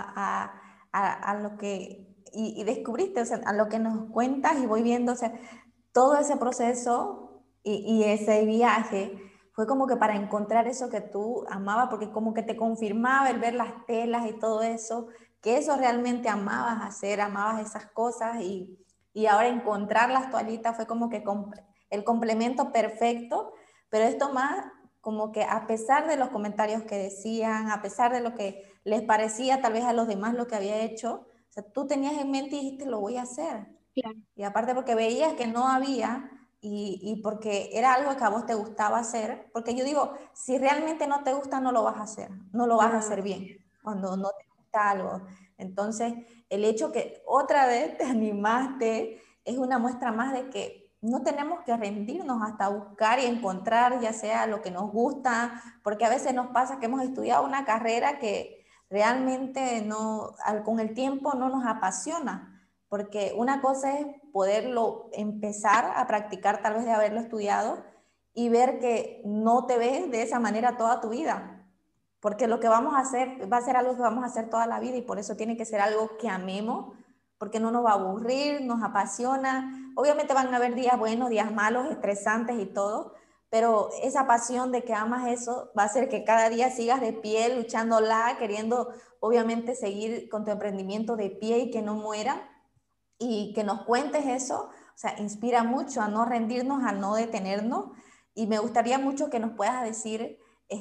a lo que, y descubriste, o sea, a lo que nos cuentas y voy viendo, o sea, todo ese proceso y ese viaje fue como que para encontrar eso que tú amabas, porque como que te confirmaba el ver las telas y todo eso, que eso realmente amabas hacer, amabas esas cosas y ahora encontrar las toallitas fue como que el complemento perfecto, pero esto más como que a pesar de los comentarios que decían, a pesar de lo que les parecía tal vez a los demás lo que había hecho, o sea, tú tenías en mente y dijiste, lo voy a hacer. Claro. Y aparte porque veías que no había y porque era algo que a vos te gustaba hacer, porque yo digo, si realmente no te gusta, no lo vas a hacer, no lo vas a hacer bien, cuando no te gusta algo. Entonces, el hecho que otra vez te animaste es una muestra más de que no tenemos que rendirnos hasta buscar y encontrar ya sea lo que nos gusta, porque a veces nos pasa que hemos estudiado una carrera que realmente no, con el tiempo no nos apasiona, porque una cosa es poderlo empezar a practicar tal vez de haberlo estudiado y ver que no te ves de esa manera toda tu vida, porque lo que vamos a hacer va a ser algo que vamos a hacer toda la vida y por eso tiene que ser algo que amemos, porque no nos va a aburrir, nos apasiona. Obviamente van a haber días buenos, días malos, estresantes y todo, pero esa pasión de que amas eso va a hacer que cada día sigas de pie, luchándola, queriendo obviamente seguir con tu emprendimiento de pie y que no muera y que nos cuentes eso, o sea, inspira mucho a no rendirnos, a no detenernos y me gustaría mucho que nos puedas decir,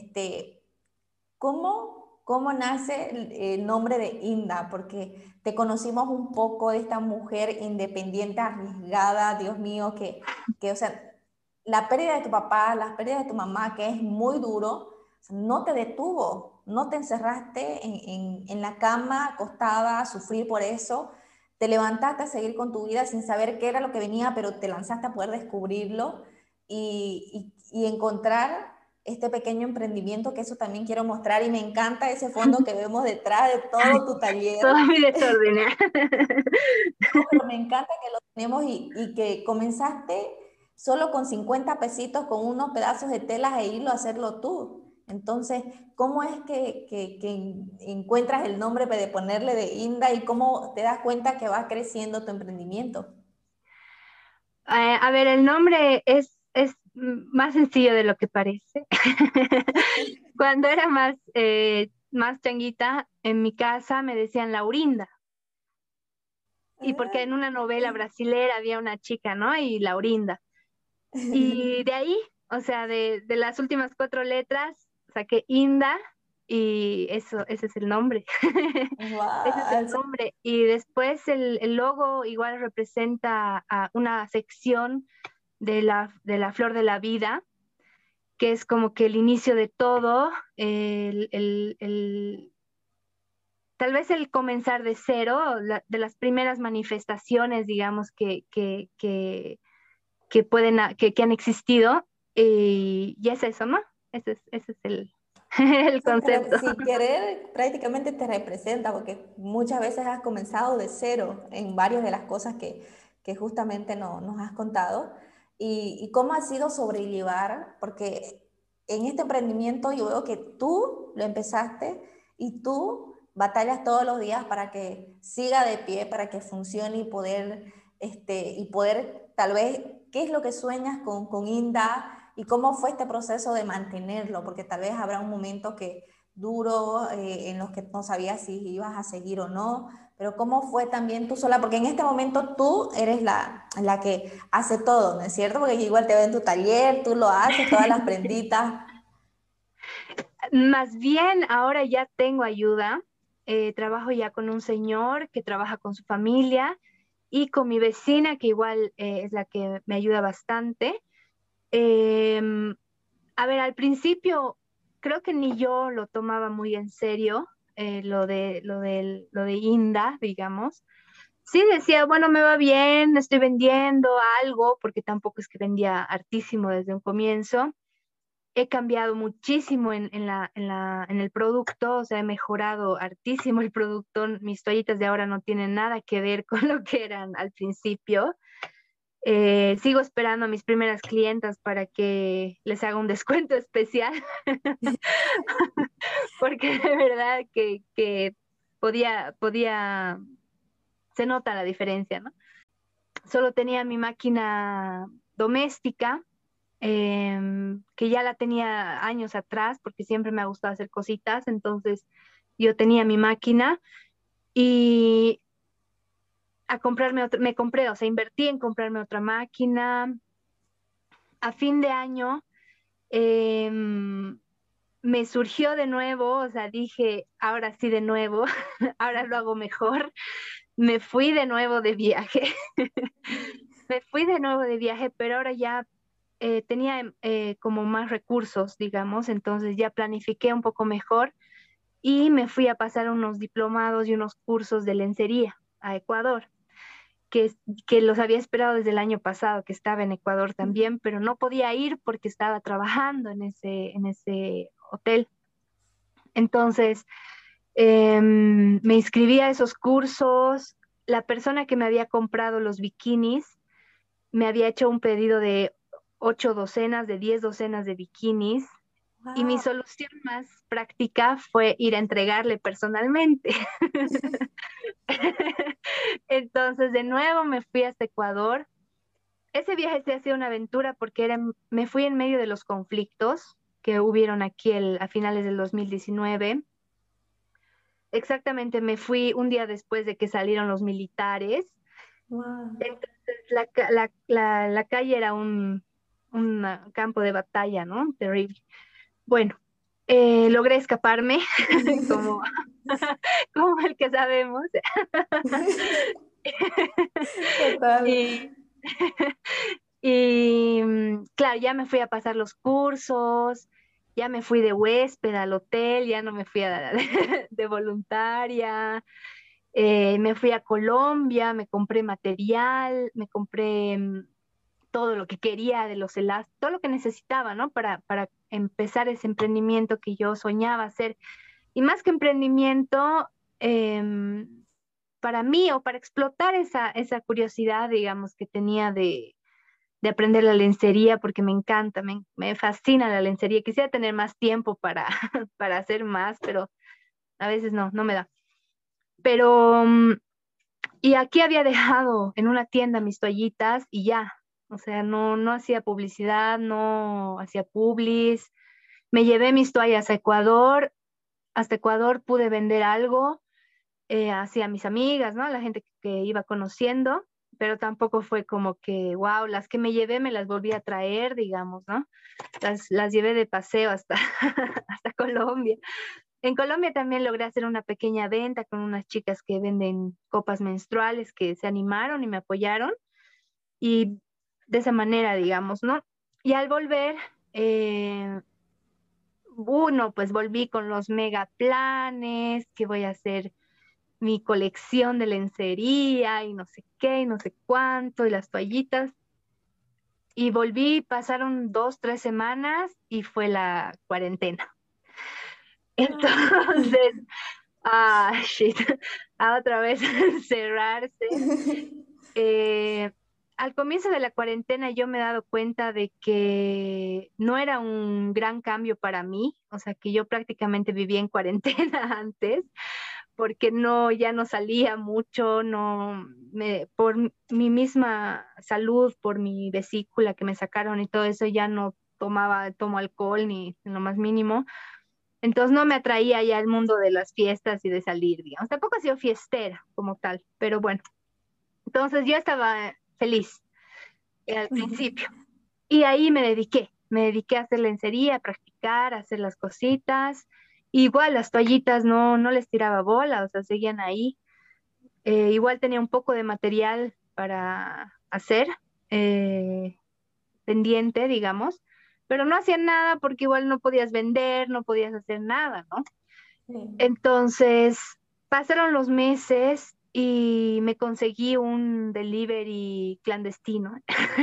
¿cómo nace el nombre de Inda? Porque te conocimos un poco de esta mujer independiente, arriesgada, Dios mío, o sea, la pérdida de tu papá, la pérdida de tu mamá, que es muy duro, no te detuvo, no te encerraste en la cama, acostada, a sufrir por eso, te levantaste a seguir con tu vida sin saber qué era lo que venía, pero te lanzaste a poder descubrirlo y encontrar este pequeño emprendimiento, que eso también quiero mostrar y me encanta ese fondo que vemos detrás de todo tu taller. Todo mi desorden. No, pero me encanta que lo tenemos y que comenzaste solo con 50 pesitos, con unos pedazos de telas e hilo a hacerlo tú. Entonces, ¿cómo es que encuentras el nombre de ponerle de Inda y cómo te das cuenta que va creciendo tu emprendimiento? A ver, el nombre es más sencillo de lo que parece. Cuando era más changuita, en mi casa me decían Laurinda. Y porque en una novela brasilera había una chica, ¿no? Y Laurinda. Y de ahí, o sea, de las últimas 4 letras, saqué Inda y ese es el nombre. Ese es el Wow. nombre. Y después el logo igual representa a una sección de la flor de la vida, que es como que el inicio de todo, tal vez el comenzar de cero, de las primeras manifestaciones, digamos, que pueden, que han existido, y es eso, ¿no? Ese es el concepto. Sin querer, prácticamente te representa, porque muchas veces has comenzado de cero en varias de las cosas que justamente no, nos has contado. Y cómo ha sido sobrellevar, porque en este emprendimiento yo veo que tú lo empezaste y tú batallas todos los días para que siga de pie, para que funcione y poder tal vez, ¿qué es lo que sueñas con Inda? ¿Y cómo fue este proceso de mantenerlo? Porque tal vez habrá un momento que duro en los que no sabías si ibas a seguir o no, pero ¿cómo fue también tú sola? Porque en este momento tú eres la que hace todo, ¿no es cierto? Porque igual te veo en tu taller, tú lo haces, todas las prenditas. Más bien, ahora ya tengo ayuda. Trabajo ya con un señor que trabaja con su familia y con mi vecina, que igual es la que me ayuda bastante. Em, a ver, al principio creo que ni yo lo tomaba muy en serio, lo de Inda, digamos. Sí decía, bueno, me va bien, estoy vendiendo algo, porque tampoco es que vendía hartísimo desde un comienzo. He cambiado muchísimo en el producto, o sea, he mejorado hartísimo el producto. Mis toallitas de ahora no tienen nada que ver con lo que eran al principio. Sigo esperando a mis primeras clientas para que les haga un descuento especial, porque de verdad que se nota la diferencia, ¿no? Solo tenía mi máquina doméstica, que ya la tenía años atrás, porque siempre me ha gustado hacer cositas, entonces yo tenía mi máquina y me compré, o sea, invertí en comprarme otra máquina. A fin de año Me surgió de nuevo, o sea, dije, ahora sí de nuevo, ahora lo hago mejor. Me fui de nuevo de viaje, me fui de nuevo de viaje, pero ahora ya tenía como más recursos, digamos, entonces ya planifiqué un poco mejor y me fui a pasar unos diplomados y unos cursos de lencería a Ecuador, que, que los había esperado desde el año pasado, que estaba en Ecuador también, pero no podía ir porque estaba trabajando en ese hotel. Entonces, me inscribí a esos cursos. La persona que me había comprado los bikinis me había hecho un pedido de 8 docenas, de 10 docenas de bikinis. Y mi Wow. solución más práctica fue ir a entregarle personalmente. Entonces, de nuevo me fui hasta Ecuador. Ese viaje sí ha sido una aventura porque me fui en medio de los conflictos que hubieron aquí a finales del 2019. Exactamente, me fui un día después de que salieron los militares. Wow. Entonces, la calle era un campo de batalla, ¿no? Terrible. Bueno, logré escaparme, como, como el que sabemos. Total. Y, y claro, ya me fui a pasar los cursos, ya me fui de huésped al hotel, ya no me fui de voluntaria. Me fui a Colombia, me compré material, me compré todo lo que quería de los elásticos, todo lo que necesitaba, ¿no? Para empezar ese emprendimiento que yo soñaba hacer. Y más que emprendimiento, para mí o para explotar esa curiosidad, digamos, que tenía de aprender la lencería, porque me encanta, me fascina la lencería. Quisiera tener más tiempo para, para hacer más, pero a veces no me da. Pero y aquí había dejado en una tienda mis toallitas y ya, o sea, no hacía publicidad, no hacía publis. Me llevé mis toallas a Ecuador, hasta Ecuador pude vender algo hacia mis amigas, ¿no? La gente que iba conociendo, pero tampoco fue como que, wow, las que me llevé me las volví a traer, digamos, ¿no? Las llevé de paseo hasta, hasta Colombia. En Colombia también logré hacer una pequeña venta con unas chicas que venden copas menstruales que se animaron y me apoyaron y de esa manera, digamos, ¿no? Y al volver, eh, pues volví con los mega planes, que voy a hacer mi colección de lencería y no sé qué y no sé cuánto y las toallitas. Y volví, pasaron 2, 3 semanas y fue la cuarentena. Entonces, shit, a otra vez cerrarse. Eh, Al comienzo de la cuarentena yo me he dado cuenta de que no era un gran cambio para mí, o sea que yo prácticamente vivía en cuarentena antes, porque ya no salía mucho, por mi misma salud, por mi vesícula que me sacaron y todo eso, ya no tomo alcohol ni en lo más mínimo. Entonces no me atraía ya el mundo de las fiestas y de salir, digamos. Tampoco he sido fiestera como tal, pero bueno. Entonces yo estaba feliz al principio. Y ahí me dediqué a hacer lencería, a practicar, a hacer las cositas. Igual las toallitas no les tiraba bola, o sea, seguían ahí. Igual tenía un poco de material para hacer, eh, pendiente, digamos, pero no hacía nada porque igual no podías vender, no podías hacer nada, ¿no? Sí. Entonces, pasaron los meses y me conseguí un delivery clandestino.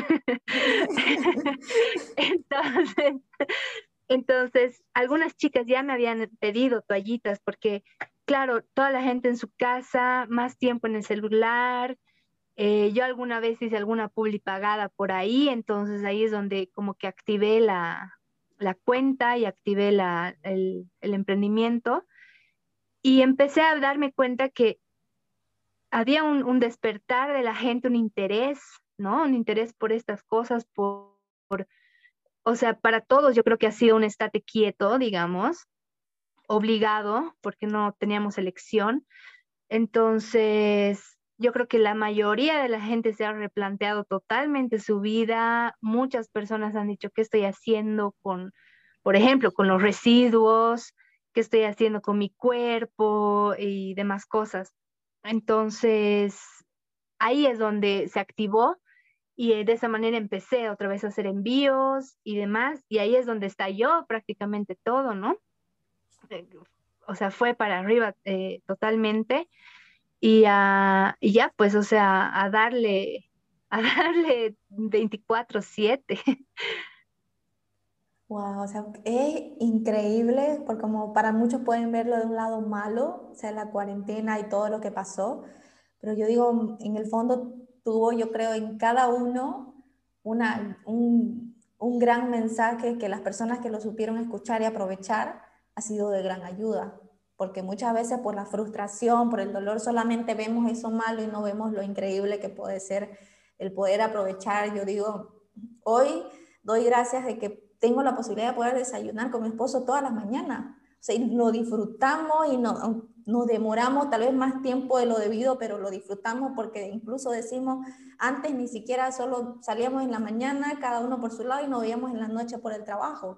Entonces, algunas chicas ya me habían pedido toallitas porque, claro, toda la gente en su casa, más tiempo en el celular. Yo alguna vez hice alguna publi pagada por ahí, entonces ahí es donde como que activé la cuenta y activé el emprendimiento y empecé a darme cuenta que había un despertar de la gente, un interés, ¿no? Un interés por estas cosas, o sea, para todos yo creo que ha sido un estate quieto, digamos, obligado, porque no teníamos elección. Entonces, yo creo que la mayoría de la gente se ha replanteado totalmente su vida. Muchas personas han dicho, ¿qué estoy haciendo con, por ejemplo, con los residuos? ¿Qué estoy haciendo con mi cuerpo y demás cosas? Entonces, ahí es donde se activó y de esa manera empecé otra vez a hacer envíos y demás. Y ahí es donde estalló prácticamente todo, ¿no? Eh, O sea, fue para arriba totalmente y ya, pues, o sea, a darle 24/7. Wow, o sea, es increíble porque como para muchos pueden verlo de un lado malo, o sea, la cuarentena y todo lo que pasó, pero yo digo, en el fondo tuvo, yo creo, en cada uno un gran mensaje que las personas que lo supieron escuchar y aprovechar ha sido de gran ayuda, porque muchas veces por la frustración, por el dolor, solamente vemos eso malo y no vemos lo increíble que puede ser el poder aprovechar. Yo digo, hoy doy gracias de que tengo la posibilidad de poder desayunar con mi esposo todas las mañanas. O sea, y lo disfrutamos y nos demoramos tal vez más tiempo de lo debido, pero lo disfrutamos porque incluso decimos, antes ni siquiera solo salíamos en la mañana, cada uno por su lado, y nos veíamos en la noche por el trabajo.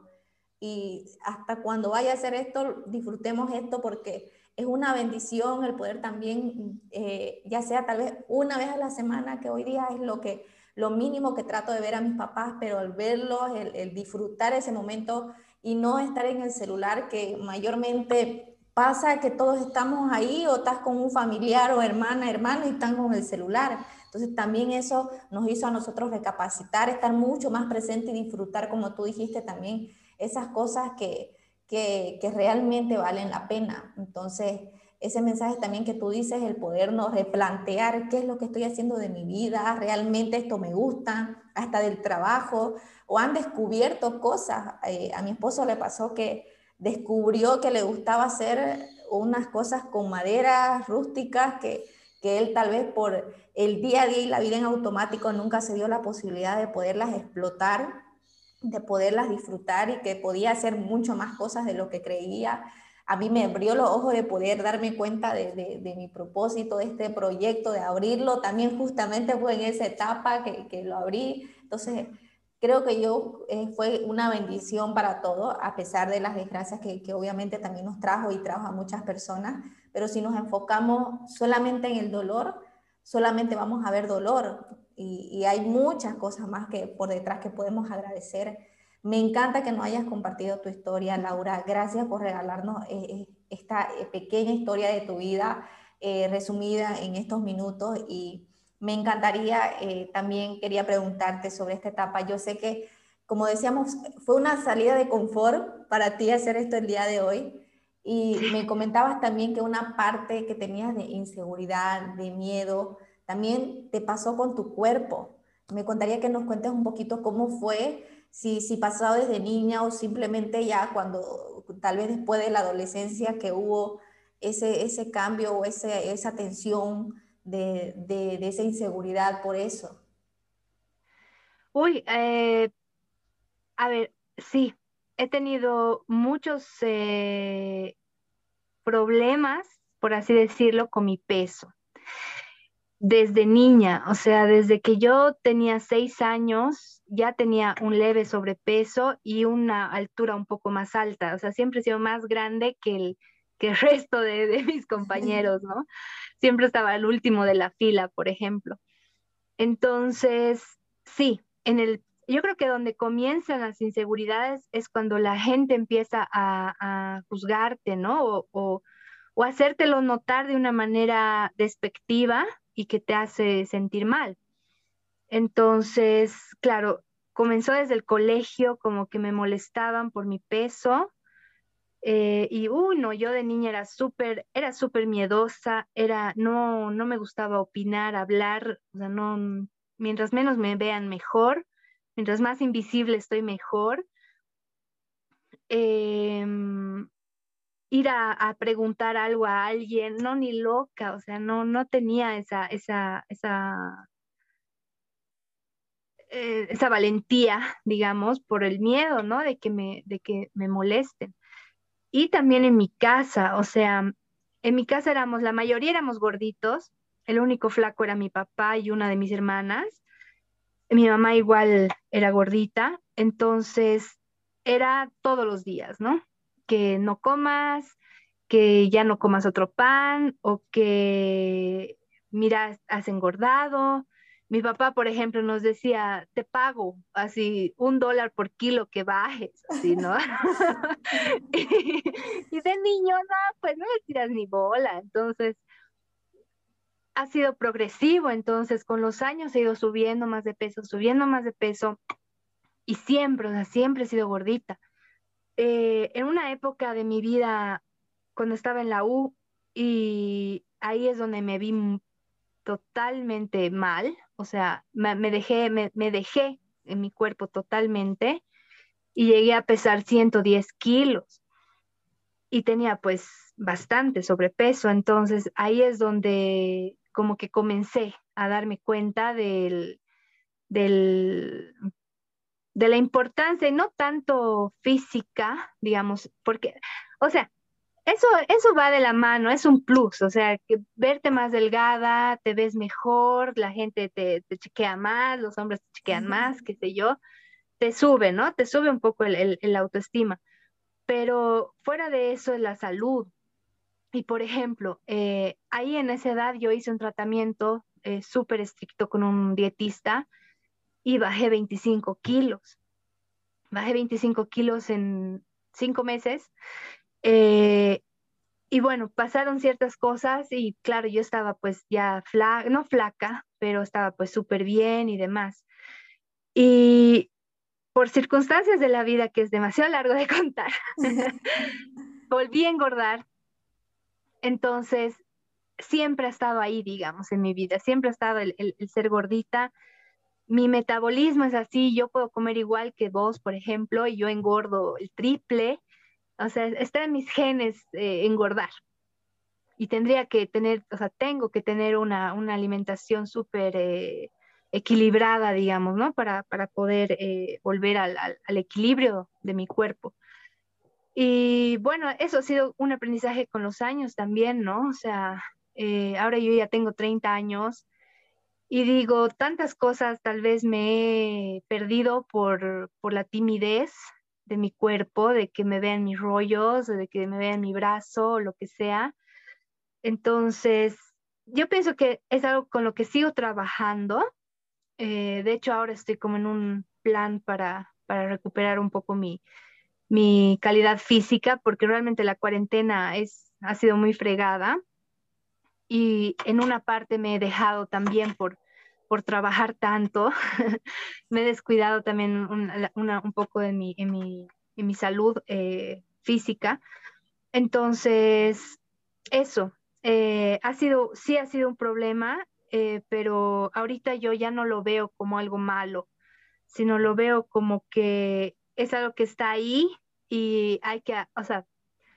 Y hasta cuando vaya a hacer esto, disfrutemos esto porque es una bendición el poder también, ya sea tal vez una vez a la semana, que hoy día es lo mínimo que trato de ver a mis papás, pero al verlos, el disfrutar ese momento y no estar en el celular, que mayormente pasa que todos estamos ahí o estás con un familiar o hermana, hermano y están con el celular. Entonces también eso nos hizo a nosotros recapacitar, estar mucho más presente y disfrutar, como tú dijiste también, esas cosas que realmente valen la pena. Entonces, ese mensaje también que tú dices, el podernos replantear qué es lo que estoy haciendo de mi vida, realmente esto me gusta, hasta del trabajo, o han descubierto cosas. A mi esposo le pasó que descubrió que le gustaba hacer unas cosas con maderas rústicas que él tal vez por el día a día y la vida en automático nunca se dio la posibilidad de poderlas explotar, de poderlas disfrutar y que podía hacer mucho más cosas de lo que creía. A mí me abrió los ojos de poder darme cuenta de mi propósito, de este proyecto, de abrirlo. También justamente fue en esa etapa que lo abrí. Entonces, creo que yo fue una bendición para todos, a pesar de las desgracias que obviamente también nos trajo y trajo a muchas personas. Pero si nos enfocamos solamente en el dolor, solamente vamos a ver dolor y hay muchas cosas más que por detrás que podemos agradecer. Me encanta que nos hayas compartido tu historia, Laura. Gracias por regalarnos esta pequeña historia de tu vida resumida en estos minutos y me encantaría, también quería preguntarte sobre esta etapa. Yo sé que, como decíamos, fue una salida de confort para ti hacer esto el día de hoy. Y Sí. me comentabas también que una parte que tenías de inseguridad, de miedo, también te pasó con tu cuerpo. Me contaría que nos cuentes un poquito cómo fue, si pasó desde niña o simplemente ya cuando, tal vez después de la adolescencia, que hubo ese cambio o esa tensión de esa inseguridad por eso. Uy, a ver, sí, he tenido muchos problemas, por así decirlo, con mi peso. Desde niña, o sea, desde que yo tenía 6 años, ya tenía un leve sobrepeso y una altura un poco más alta. O sea, siempre he sido más grande que el resto de mis compañeros, ¿no? Siempre estaba al último de la fila, por ejemplo. Entonces, sí, yo creo que donde comienzan las inseguridades es cuando la gente empieza a juzgarte, ¿no? O hacértelo notar de una manera despectiva y que te hace sentir mal. Entonces, claro, comenzó desde el colegio, como que me molestaban por mi peso. Y uy, no, yo de niña era súper miedosa, no me gustaba opinar, hablar, o sea, no, mientras menos me vean mejor, mientras más invisible estoy mejor. Em, Ir a preguntar algo a alguien, no, ni loca, o sea, no tenía esa valentía, digamos, por el miedo, ¿no? De que me molesten. Y también en mi casa, o sea, en mi casa la mayoría éramos gorditos el único flaco era mi papá y una de mis hermanas. Mi mamá igual era gordita, entonces era todos los días, ¿no? Que no comas, que ya no comas otro pan o que, mira, has engordado. Mi papá, por ejemplo, nos decía, te pago así $1 por kilo que bajes, así, ¿no? Y de niño, no, pues no le tiras ni bola. Entonces, ha sido progresivo, entonces con los años he ido subiendo más de peso, subiendo más de peso y siempre, o sea, siempre he sido gordita. En una época de mi vida, cuando estaba en la U, y ahí es donde me vi totalmente mal, o sea, me dejé en mi cuerpo totalmente y llegué a pesar 110 kilos y tenía pues bastante sobrepeso, entonces ahí es donde como que comencé a darme cuenta del, de la importancia, y no tanto física, digamos, porque, o sea, eso va de la mano, es un plus, o sea, que verte más delgada, te ves mejor, la gente te chequea más, los hombres te chequean más, qué sé yo, te sube, ¿no? Te sube un poco el autoestima, pero fuera de eso es la salud. Y por ejemplo, ahí en esa edad yo hice un tratamiento súper estricto con un dietista y bajé 25 kilos. Bajé 25 kilos en 5 meses. eh, y bueno, pasaron ciertas cosas y claro, yo estaba pues ya flaca, no flaca, pero estaba pues súper bien y demás. Y por circunstancias de la vida que es demasiado largo de contar, volví a engordar. Entonces, siempre ha estado ahí, digamos, en mi vida, siempre ha estado el ser gordita. Mi metabolismo es así, yo puedo comer igual que vos, por ejemplo, y yo engordo el triple. O sea, está en mis genes engordar. Y tendría que tener, o sea, tengo que tener una alimentación súper equilibrada, digamos, ¿no? Para poder volver al equilibrio de mi cuerpo. Y bueno, eso ha sido un aprendizaje con los años también, ¿no? O sea, ahora yo ya tengo 30 años y digo, tantas cosas tal vez me he perdido por la timidez de mi cuerpo, de que me vean mis rollos, de que me vean mi brazo, lo que sea. Entonces, yo pienso que es algo con lo que sigo trabajando. De hecho, ahora estoy como en un plan para recuperar un poco mi calidad física, porque realmente la cuarentena ha sido muy fregada y en una parte me he dejado también por trabajar tanto, me he descuidado también un poco en mi salud física. Entonces, eso, sí ha sido un problema, pero ahorita yo ya no lo veo como algo malo, sino lo veo como que es algo que está ahí y hay que, o sea,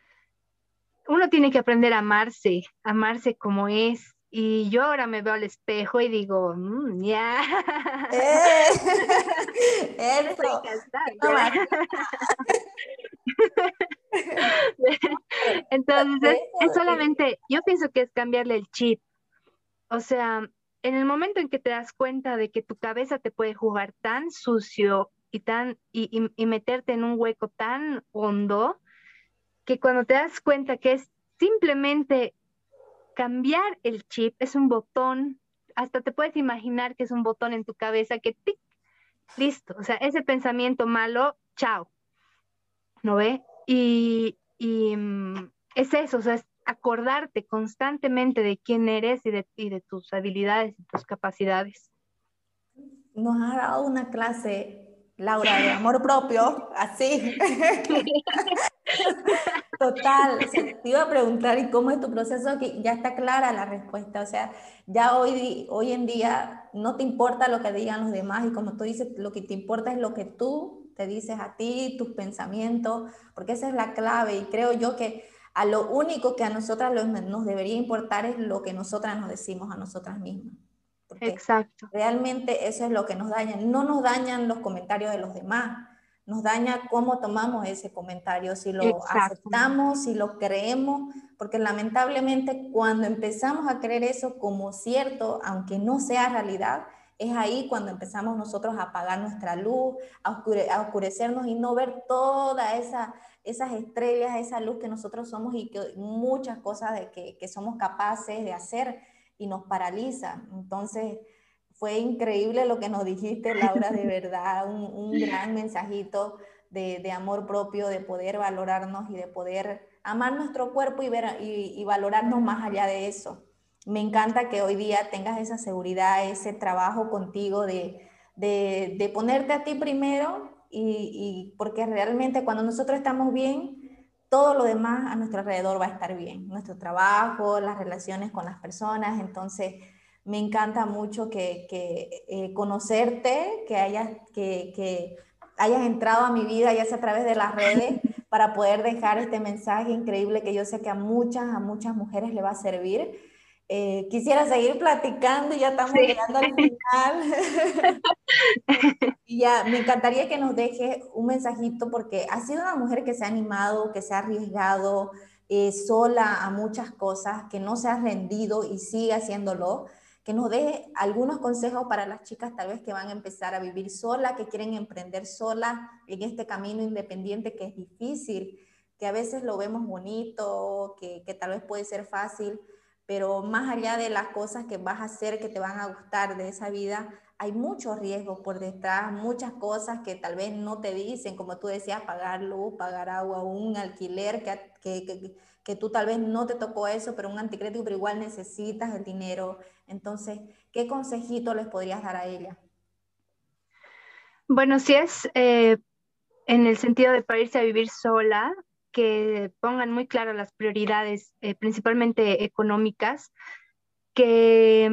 uno tiene que aprender a amarse, amarse como es. Y yo ahora me veo al espejo y digo, ya, ¡Eh! ya estoy Eso, cansada. qué nomás. Entonces, es Eso, solamente, yo pienso que es cambiarle el chip. O sea, en el momento en que te das cuenta de que tu cabeza te puede jugar tan sucio y meterte en un hueco tan hondo, que cuando te das cuenta que es simplemente cambiar el chip, es un botón, hasta te puedes imaginar que es un botón en tu cabeza que tic, listo, o sea, ese pensamiento malo, chao, ¿no ve? Es eso, o sea, es acordarte constantemente de quién eres y de tus habilidades y tus capacidades. nos ha dado una clase, Laura, de amor propio, así. Total, o sea, te iba a preguntar, ¿y cómo es tu proceso? Que ya está clara la respuesta, o sea, ya hoy en día no te importa lo que digan los demás y como tú dices, lo que te importa es lo que tú te dices a ti, tus pensamientos, porque esa es la clave y creo yo que a lo único que a nosotras nos debería importar es lo que nosotras nos decimos a nosotras mismas, porque Exacto, realmente eso es lo que nos daña, no nos dañan los comentarios de los demás, nos daña cómo tomamos ese comentario, si lo exacto. aceptamos, si lo creemos, porque lamentablemente cuando empezamos a creer eso como cierto, aunque no sea realidad, es ahí cuando empezamos nosotros a apagar nuestra luz, a oscurecernos y no ver toda esas estrellas, esa luz que nosotros somos y que muchas cosas de que somos capaces de hacer y nos paraliza. Entonces, fue increíble lo que nos dijiste, Laura, de verdad, un gran mensajito de amor propio, de poder valorarnos y de poder amar nuestro cuerpo y valorarnos más allá de eso. Me encanta que hoy día tengas esa seguridad, ese trabajo contigo de ponerte a ti primero y porque realmente cuando nosotros estamos bien, todo lo demás a nuestro alrededor va a estar bien. Nuestro trabajo, las relaciones con las personas. Entonces, me encanta mucho que conocerte, que hayas entrado a mi vida, ya sea a través de las redes, para poder dejar este mensaje increíble que yo sé que a muchas mujeres le va a servir. Quisiera seguir platicando, ya estamos Sí. llegando al final. Y ya, me encantaría que nos deje un mensajito porque ha sido una mujer que se ha animado, que se ha arriesgado sola a muchas cosas, que no se ha rendido y sigue haciéndolo. Que nos deje algunos consejos para las chicas tal vez que van a empezar a vivir sola, que quieren emprender sola en este camino independiente que es difícil, que a veces lo vemos bonito, que tal vez puede ser fácil, pero más allá de las cosas que vas a hacer que te van a gustar de esa vida, hay muchos riesgos por detrás, muchas cosas que tal vez no te dicen, como tú decías, pagar luz, pagar agua, un alquiler, que tú tal vez no te tocó eso, pero un anticrédito, pero igual necesitas el dinero. Entonces, ¿qué consejito les podrías dar a ella? Bueno, si es en el sentido de para irse a vivir sola, que pongan muy claras las prioridades, principalmente económicas, que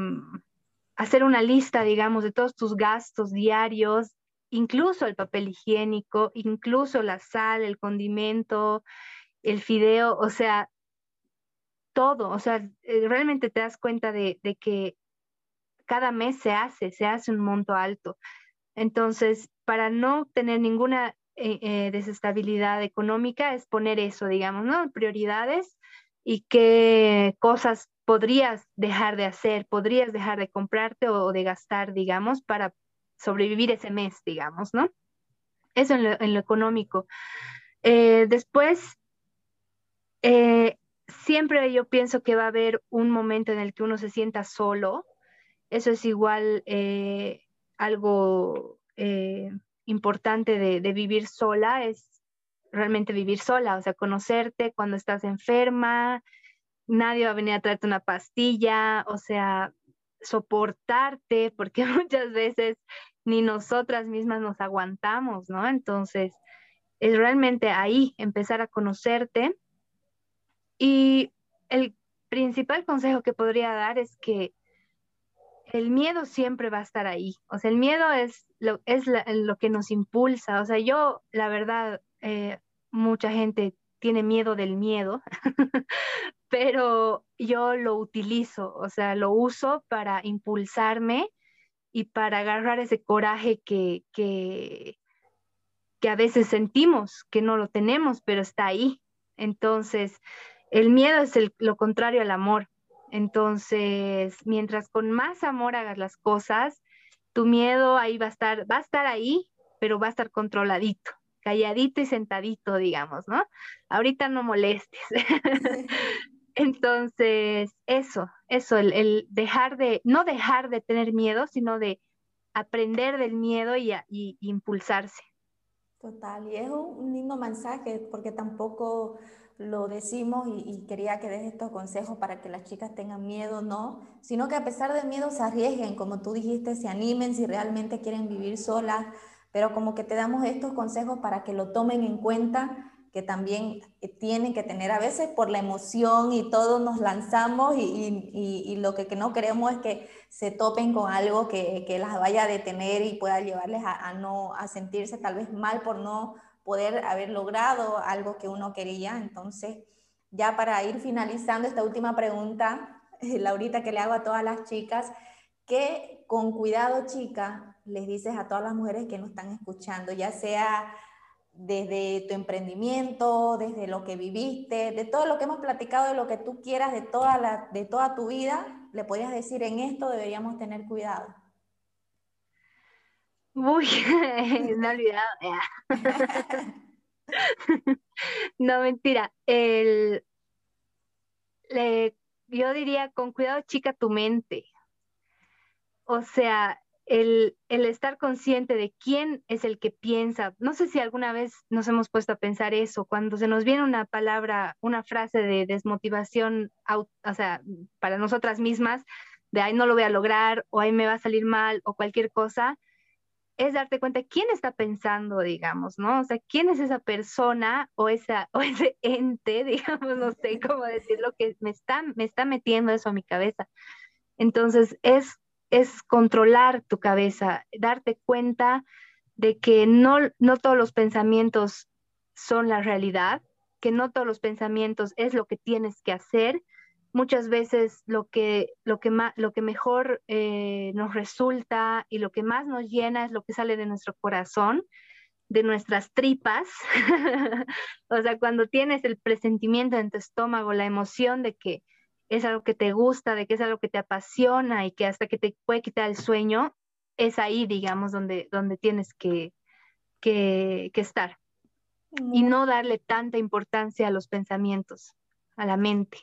hacer una lista, digamos, de todos tus gastos diarios, incluso el papel higiénico, incluso la sal, el condimento, el fideo, o sea, todo, o sea, realmente te das cuenta de que cada mes se hace un monto alto. Entonces, para no tener ninguna desestabilidad económica, es poner eso, digamos, ¿no? Prioridades y qué cosas podrías dejar de hacer, podrías dejar de comprarte o de gastar, digamos, para sobrevivir ese mes, digamos, ¿no? Eso en lo económico. Después, eh, siempre yo pienso que va a haber un momento en el que uno se sienta solo. Eso es igual algo importante de vivir sola, es realmente vivir sola, o sea, conocerte cuando estás enferma, nadie va a venir a traerte una pastilla, o sea, soportarte, porque muchas veces ni nosotras mismas nos aguantamos, ¿no? Entonces, es realmente ahí empezar a conocerte y el principal consejo que podría dar es que el miedo siempre va a estar ahí. O sea, el miedo es lo que nos impulsa. O sea, yo, la verdad, mucha gente tiene miedo del miedo, pero yo lo utilizo, o sea, lo uso para impulsarme y para agarrar ese coraje que a veces sentimos que no lo tenemos, pero está ahí. Entonces, el miedo es lo contrario al amor. Entonces, mientras con más amor hagas las cosas, tu miedo ahí va a estar ahí, pero va a estar controladito, calladito y sentadito, digamos, ¿no? Ahorita no molestes. Entonces, eso, el no dejar de tener miedo, sino de aprender del miedo y impulsarse. Total, y es un lindo mensaje porque tampoco lo decimos y quería que des estos consejos para que las chicas tengan miedo, no, sino que a pesar del miedo se arriesguen, como tú dijiste, se animen si realmente quieren vivir solas, pero como que te damos estos consejos para que lo tomen en cuenta, que también tienen que tener a veces por la emoción y todos nos lanzamos y lo que no queremos es que se topen con algo que las vaya a detener y pueda llevarles a sentirse tal vez mal por no poder haber logrado algo que uno quería. Entonces, ya para ir finalizando esta última pregunta, Laurita, que le hago a todas las chicas, que con cuidado, chica, les dices a todas las mujeres que nos están escuchando, ya sea desde tu emprendimiento, desde lo que viviste, de todo lo que hemos platicado, de lo que tú quieras, de toda tu vida, le podrías decir en esto deberíamos tener cuidado. Uy, me he olvidado. No, mentira. Le- yo diría, con cuidado, chica, tu mente. O sea, el estar consciente de quién es el que piensa. No sé si alguna vez nos hemos puesto a pensar eso, cuando se nos viene una palabra, una frase de desmotivación, o sea, para nosotras mismas, de ay, no lo voy a lograr, o ay, me va a salir mal, o cualquier cosa, es darte cuenta quién está pensando, digamos, ¿no? O sea, quién es esa persona o o ese ente, digamos, no sé cómo decirlo, que me está metiendo eso a mi cabeza. Entonces, es controlar tu cabeza, darte cuenta de que no todos los pensamientos son la realidad, que no todos los pensamientos es lo que tienes que hacer. Muchas veces lo que mejor nos resulta y lo que más nos llena es lo que sale de nuestro corazón, de nuestras tripas. O sea, cuando tienes el presentimiento en tu estómago, la emoción de que es algo que te gusta, de que es algo que te apasiona y que hasta que te puede quitar el sueño, es ahí, digamos, donde tienes que estar y Muy, no darle tanta importancia a los pensamientos, a la mente.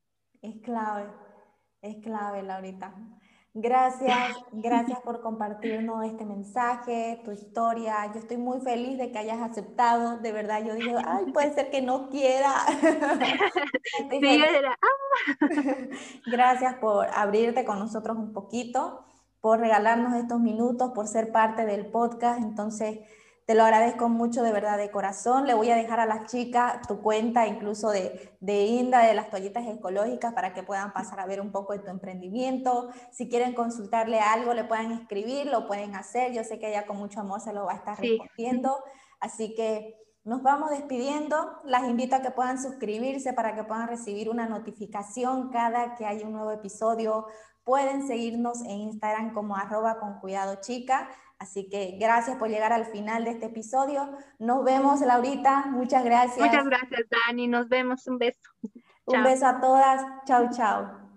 es clave, Laurita. Gracias, gracias por compartirnos este mensaje, tu historia. Yo estoy muy feliz de que hayas aceptado. De verdad, yo dije, ay, puede ser que no quiera. Estoy Sí, yo feliz. era, Gracias por abrirte con nosotros un poquito, por regalarnos estos minutos, por ser parte del podcast. Entonces, te lo agradezco mucho de verdad, de corazón. Le voy a dejar a las chicas tu cuenta, incluso de Inda, de las toallitas ecológicas, para que puedan pasar a ver un poco de tu emprendimiento. Si quieren consultarle algo, le puedan escribir, lo pueden hacer. Yo sé que ella con mucho amor se lo va a estar sí, respondiendo. Así que nos vamos despidiendo. Las invito a que puedan suscribirse para que puedan recibir una notificación cada que haya un nuevo episodio. Pueden seguirnos en Instagram como @concuidadochica. Así que gracias por llegar al final de este episodio. Nos vemos, Laurita. Muchas gracias. muchas gracias, Dani. Nos vemos. Un beso. Un Chao. beso a todas. Chau, chau.